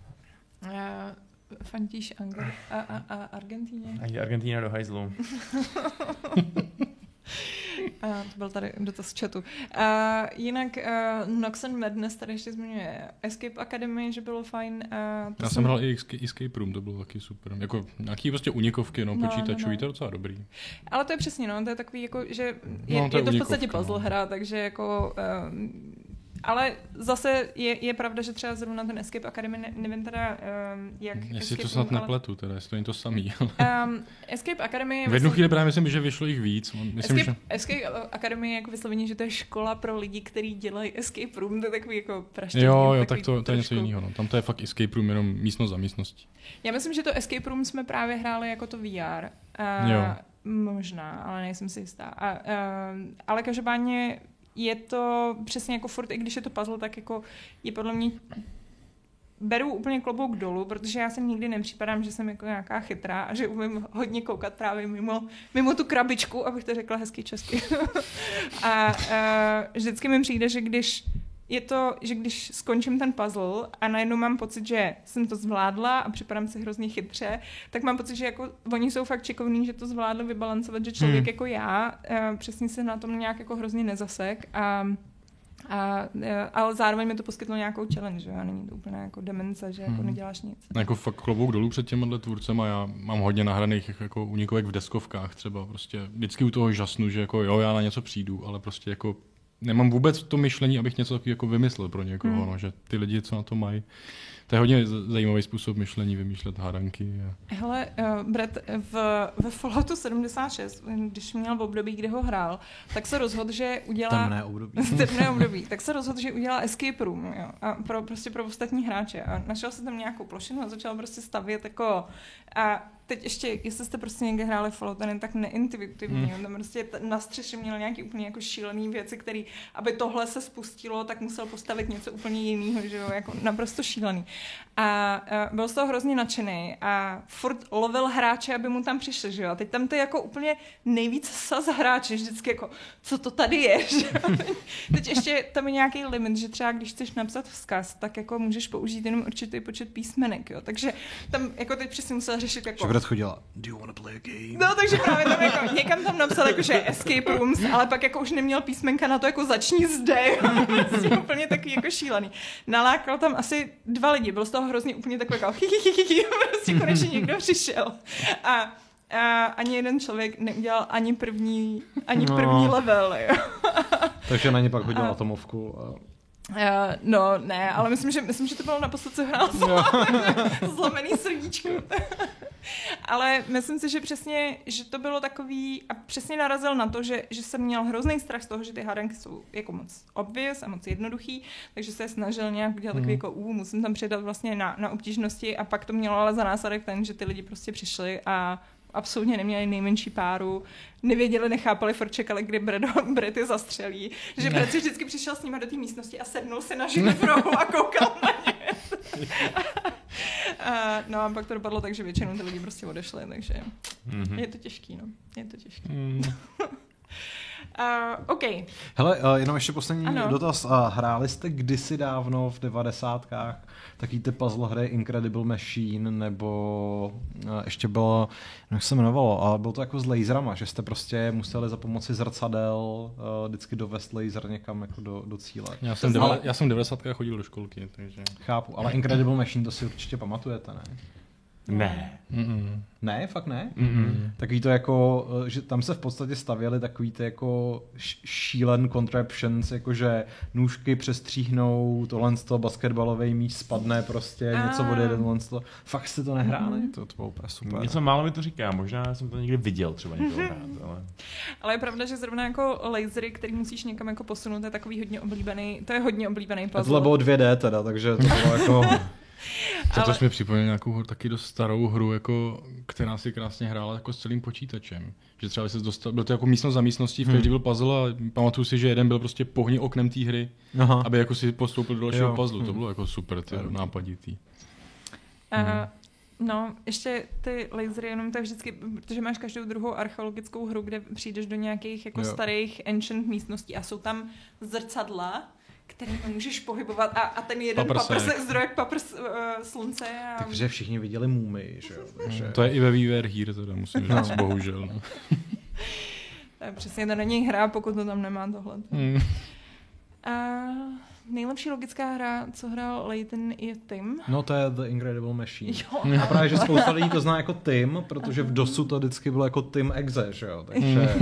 Fantíš Argentíně? A Argentína do hajzlu. To byl tady dotaz z chatu. Jinak Nox and Madness tady ještě zmiňuje Escape Academy, že bylo fajn. Já jsem hrál i Escape Room, to bylo taky super. Jako nějaký prostě unikovky, počítačový, to je docela dobrý. Ale to je přesně, to je takový, jako, že je to v podstatě puzzle hra, takže jako... Ale zase je pravda, že třeba zrovna ten Escape Academy, nevím teda, jak... Jestli to snad nepletu, teda, jestli to není to samý. Escape Academy... V jednu chvíli právě myslím, že vyšlo jich víc. Escape Academy je jako vysloveně, že to je škola pro lidi, kteří dělají Escape Room, to je takový jako praštění. Jo, tak to je něco jiného. No. Tam to je fakt Escape Room, jenom místnost za místností. Já myslím, že to Escape Room jsme právě hráli jako to VR. Možná, ale nejsem si jistá. Ale každopádně je to přesně jako furt, i když je to puzzle, tak jako je podle mě beru úplně klobouk dolů, protože já jsem nikdy nepřipadám, že jsem jako nějaká chytrá a že umím hodně koukat právě mimo tu krabičku, abych to řekla hezky česky. a vždycky mi přijde, že když skončím ten puzzle a najednou mám pocit, že jsem to zvládla a připadám si hrozně chytře, tak mám pocit, že jako oni jsou fakt šikovní, že to zvládli vybalancovat, že člověk jako já přesně se na tom nějak jako hrozně nezasek ale zároveň mi to poskytlo nějakou challenge, že? A není to úplně jako demence, že jako neděláš nic. Jako fakt klobouk dolů před těmhle tvůrcema, já mám hodně nahraných jako únikovek v deskovkách třeba, prostě vždycky u toho žasnu, že jako jo, já na něco přijdu, ale prostě jako nemám vůbec to myšlení, abych něco takového jako vymyslel pro někoho, no, že ty lidi, co na to mají. To je hodně zajímavý způsob myšlení, vymýšlet hádanky. Hele, Brett, ve Falloutu 76, když měl v období, kdy ho hrál, tak se rozhodl, že udělá... Temné období. Tak se rozhodl, že udělá escape room, jo, a pro ostatní hráče. A našel se tam nějakou plošinu a začal prostě stavět jako... A teď ještě, jestli jste prostě někde hráli Fallout, ten je tak neintuitivní. Tam prostě na střeše měl nějaký úplně jako šílený věci, který, aby tohle se spustilo, tak musel postavit něco úplně jiného, že jo, jako naprosto šílený. A byl z toho hrozně nadšený a furt lovil hráče, aby mu tam přišli, že jo. A teď tam to je jako úplně nejvíc saz hráče, vždycky jako, co to tady je, že jo. Teď ještě tam je nějaký limit, že třeba když chceš napsat vzkaz, tak jako můžeš použít jenom určitý počet písmenek, jo. Takže tam jako teď přesně musel řešit jako... Brett chodila, do you want to play a game? No, takže právě tam jako, někam tam napsal jako, že escape rooms, ale pak jako už neměl písmenka na to, jako začni zde, jo. Prostě úplně takový jako šílený. Nalákal tam asi 2 lidi, byl z toho hrozně úplně takový jako prostě konečně někdo přišel. A ani jeden člověk neudělal ani první level, jo. Takže na ně pak hodil atomovku. No, ne, ale myslím, že to bylo naposled, co hrál zlomený srdíčko. Ale myslím si, že přesně, že to bylo takový a přesně narazil na to, že jsem měl hrozný strach z toho, že ty hádanky jsou jako moc obvious a moc jednoduchý, takže se snažil nějak udělat takový jako musím tam přidat vlastně na obtížnosti a pak to mělo ale za následek ten, že ty lidi prostě přišli a absolutně neměli nejmenší páru, nevěděli, nechápali, furt čekali, kdy Brett je zastřelí, že Brett si vždycky přišel s nima do té místnosti a sednul si na židli v rohu a koukal na ně. No a pak to dopadlo tak, že většinou ty lidi prostě odešli, takže je to těžký, no. Je to těžký. OK. Hele, jenom ještě poslední dotaz. Hráli jste kdysi dávno v 90kách taký ty puzzle hry Incredible Machine, nebo ještě bylo, jak se jmenovalo, ale bylo to jako s laserama, že jste prostě museli za pomoci zrcadel vždycky dovést laser někam jako do cíle. Já jsem v 90kách chodil do školky, takže... Chápu, ale Incredible Machine to si určitě pamatujete, ne? Ne. Ne, fakt ne? Takový to jako, že tam se v podstatě stavěly takový ty jako šílen contraptions, jakože nůžky přestříhnou, tohle z toho basketbalový míč spadne prostě, něco od jeden z toho. Fakt jste to nehráli? To bylo úplně super. Něco málo mi to říká, možná jsem to někdy viděl třeba někoho hrát, ale je pravda, že zrovna jako lasery, který musíš někam jako posunout, je takový hodně oblíbený, to je hodně oblíbený puzzle. Tohle bylo 2D teda, takže to bylo jako... To jsi mi připomněl nějakou taky dost starou hru, jako, která si krásně hrála jako s celým počítačem. Že třeba se dostal, byl to jako místnost za místností, v každý byl puzzle a pamatuju si, že jeden byl prostě pohni oknem té hry, aby jako si postoupil do dalšího puzzle. To bylo jako super, ty nápaditý. No, ještě ty lasery, jenom to je vždycky, protože máš každou druhou archeologickou hru, kde přijdeš do nějakých jako starých ancient místností a jsou tam zrcadla, který můžeš pohybovat a ten jeden paprsek, zdrojek slunce. Takže všichni viděli Mumii, že jo? Takže... To je i ve VR Here, teda musím říct, bohužel. No. Přesně, to není hra, pokud to tam nemá tohle. Nejlepší logická hra, co hrál Layton, je Tim. No to je The Incredible Machine. Jo. A právě, že spousta lidí to zná jako Tim, protože v DOSu to vždycky bylo jako Tim Exe, že jo? Takže...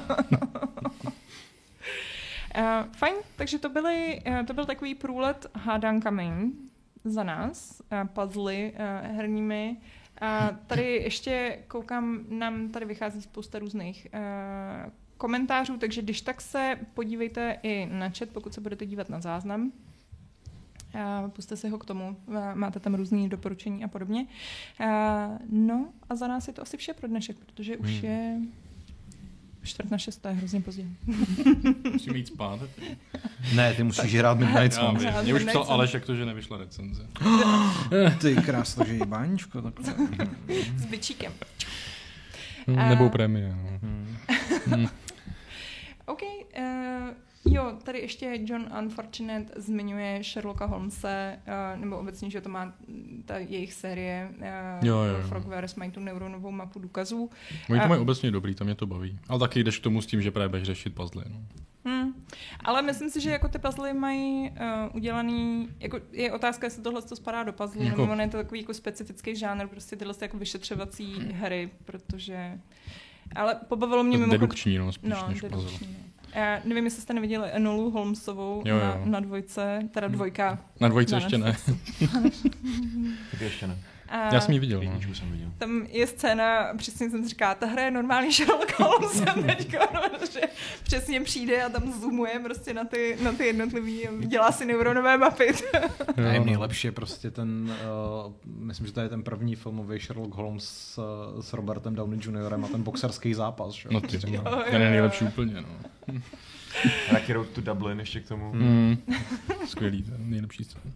Fajn, takže to byl takový průlet hádankami za nás, puzzly herními. Tady ještě koukám, nám tady vychází spousta různých komentářů, takže když tak se podívejte i na chat, pokud se budete dívat na záznam. Puste si ho k tomu, máte tam různý doporučení a podobně. No a za nás je to asi vše pro dnešek, protože už je 5:45 je hrozně pozdě. Musíme jít spát. Ne, ty musíš hrát Midnight Já Suns. vím. Mě už psal Aleš, jak to, že nevyšla recenze. Ty krás, takže je báničko. Takhle. S bičíkem. Nebo prémie. No. OK. Jo, tady ještě John Unfortunate zmiňuje Sherlocka Holmese, nebo obecně, že to má ta jejich série Jo. Frogwares, mají tu neuronovou mapu důkazů. Oni to mají obecně dobrý, tam mě to baví. Ale taky jdeš k tomu s tím, že právě budeš řešit puzzle. No. Ale myslím si, že jako ty puzzle mají udělaný, jako je otázka, jestli tohle to spadá do puzzle, jako, nebo on je to takový jako specifický žánr, prostě tyhle jako vyšetřovací hry, protože... Ale pobavilo mě mimochodem... Dedukční, no, spíš než puzzle. Já nevím, jestli jste neviděli Enolu Holmesovou jo. Na dvojce, teda dvojka. Na dvojce ještě ne. Taky ještě ne. Já jsem ji viděl. No. Jsem viděl. Tam je scéna, přesně jsem si říká, ta hra je normální Sherlock Holmes teďko, že přesně přijde a tam zoomuje prostě na ty jednotlivý, dělá si neuronové mapy. A je nejlepší je prostě ten, myslím, že to je ten první filmový Sherlock Holmes s Robertem Downey Jr. a ten boxerský zápas. Že? No ty, ten je nejlepší úplně. No. Rocky Road to Dublin ještě k tomu. Skvělý, ten nejlepší scén.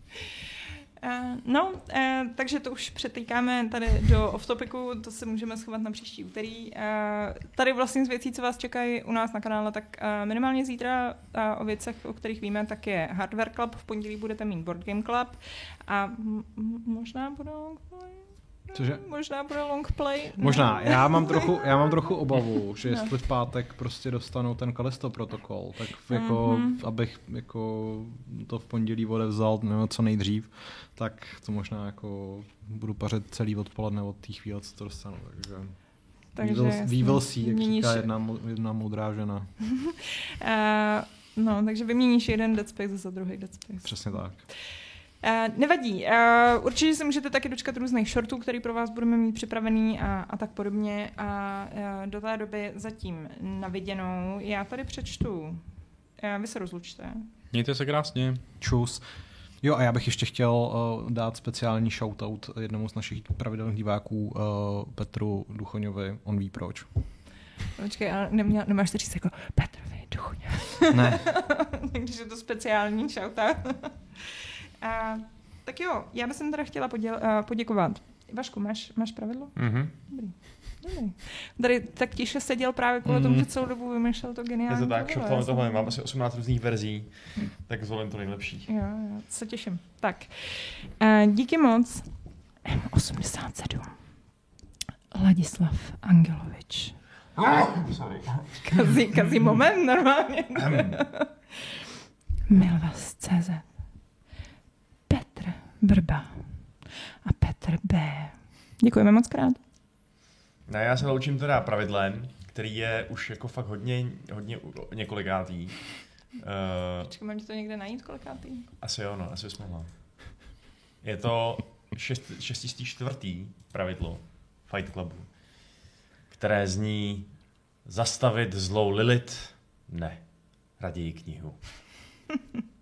Takže to už přetýkáme tady do off-topicu, to se můžeme schovat na příští úterý. Tady vlastně z věcí, co vás čekají u nás na kanále, tak minimálně zítra o věcech, o kterých víme, tak je Hardware Club, v pondělí budete mít Board Game Club a možná bude long play. Cože? Možná bude long play. Možná. Já mám trochu obavu, že jestli v pátek prostě dostanu ten Callisto protokol, tak jako, abych jako to v pondělí odevzal nebo co nejdřív, tak to možná jako budu pařit celý odpoledne od té chvíle, co to dostanu. Takže we will see, jak říká jedna moudrá žena. Takže vyměníš jeden Dead Space za druhý Dead Space. Přesně tak. Nevadí. Určitě se můžete taky dočkat různých shortů, který pro vás budeme mít připravený a tak podobně. A do té doby zatím na viděnou. Já tady přečtu. Vy se rozlučte. Mějte se krásně. Čus. Jo, a já bych ještě chtěl dát speciální shoutout jednomu z našich pravidelných diváků, Petru Duchoňovi. On ví proč. Počkej, ale nemáš to říct jako Petrovi Duchoňovi. Ne. Když je to speciální shoutout. Tak jo, já bych teda chtěla poděkovat. Vašku, máš pravidlo? Dobrý. Tady tak tiše seděl právě kvůli tomu, že celou dobu vymýšlel to geniální. Je to tak, šoptalo tohle, mám asi 18 různých verzí, tak zvolím to nejlepší. Jo, se těším. Tak, díky moc. M87. Ladislav Angelovič. Sorry. Kazí moment, normálně. Milvas.cz Petr Vrba a Petr B. Děkujeme moc krát. No, já se naučím teda pravidlem, který je už jako fakt hodně několikátý. Počkej, mám ti to někde najít, kolikátý? Asi jo, no, asi bys mohla. Je to 64. pravidlo Fight Clubu, které zní zastavit zlou Lilith? Ne, raději knihu.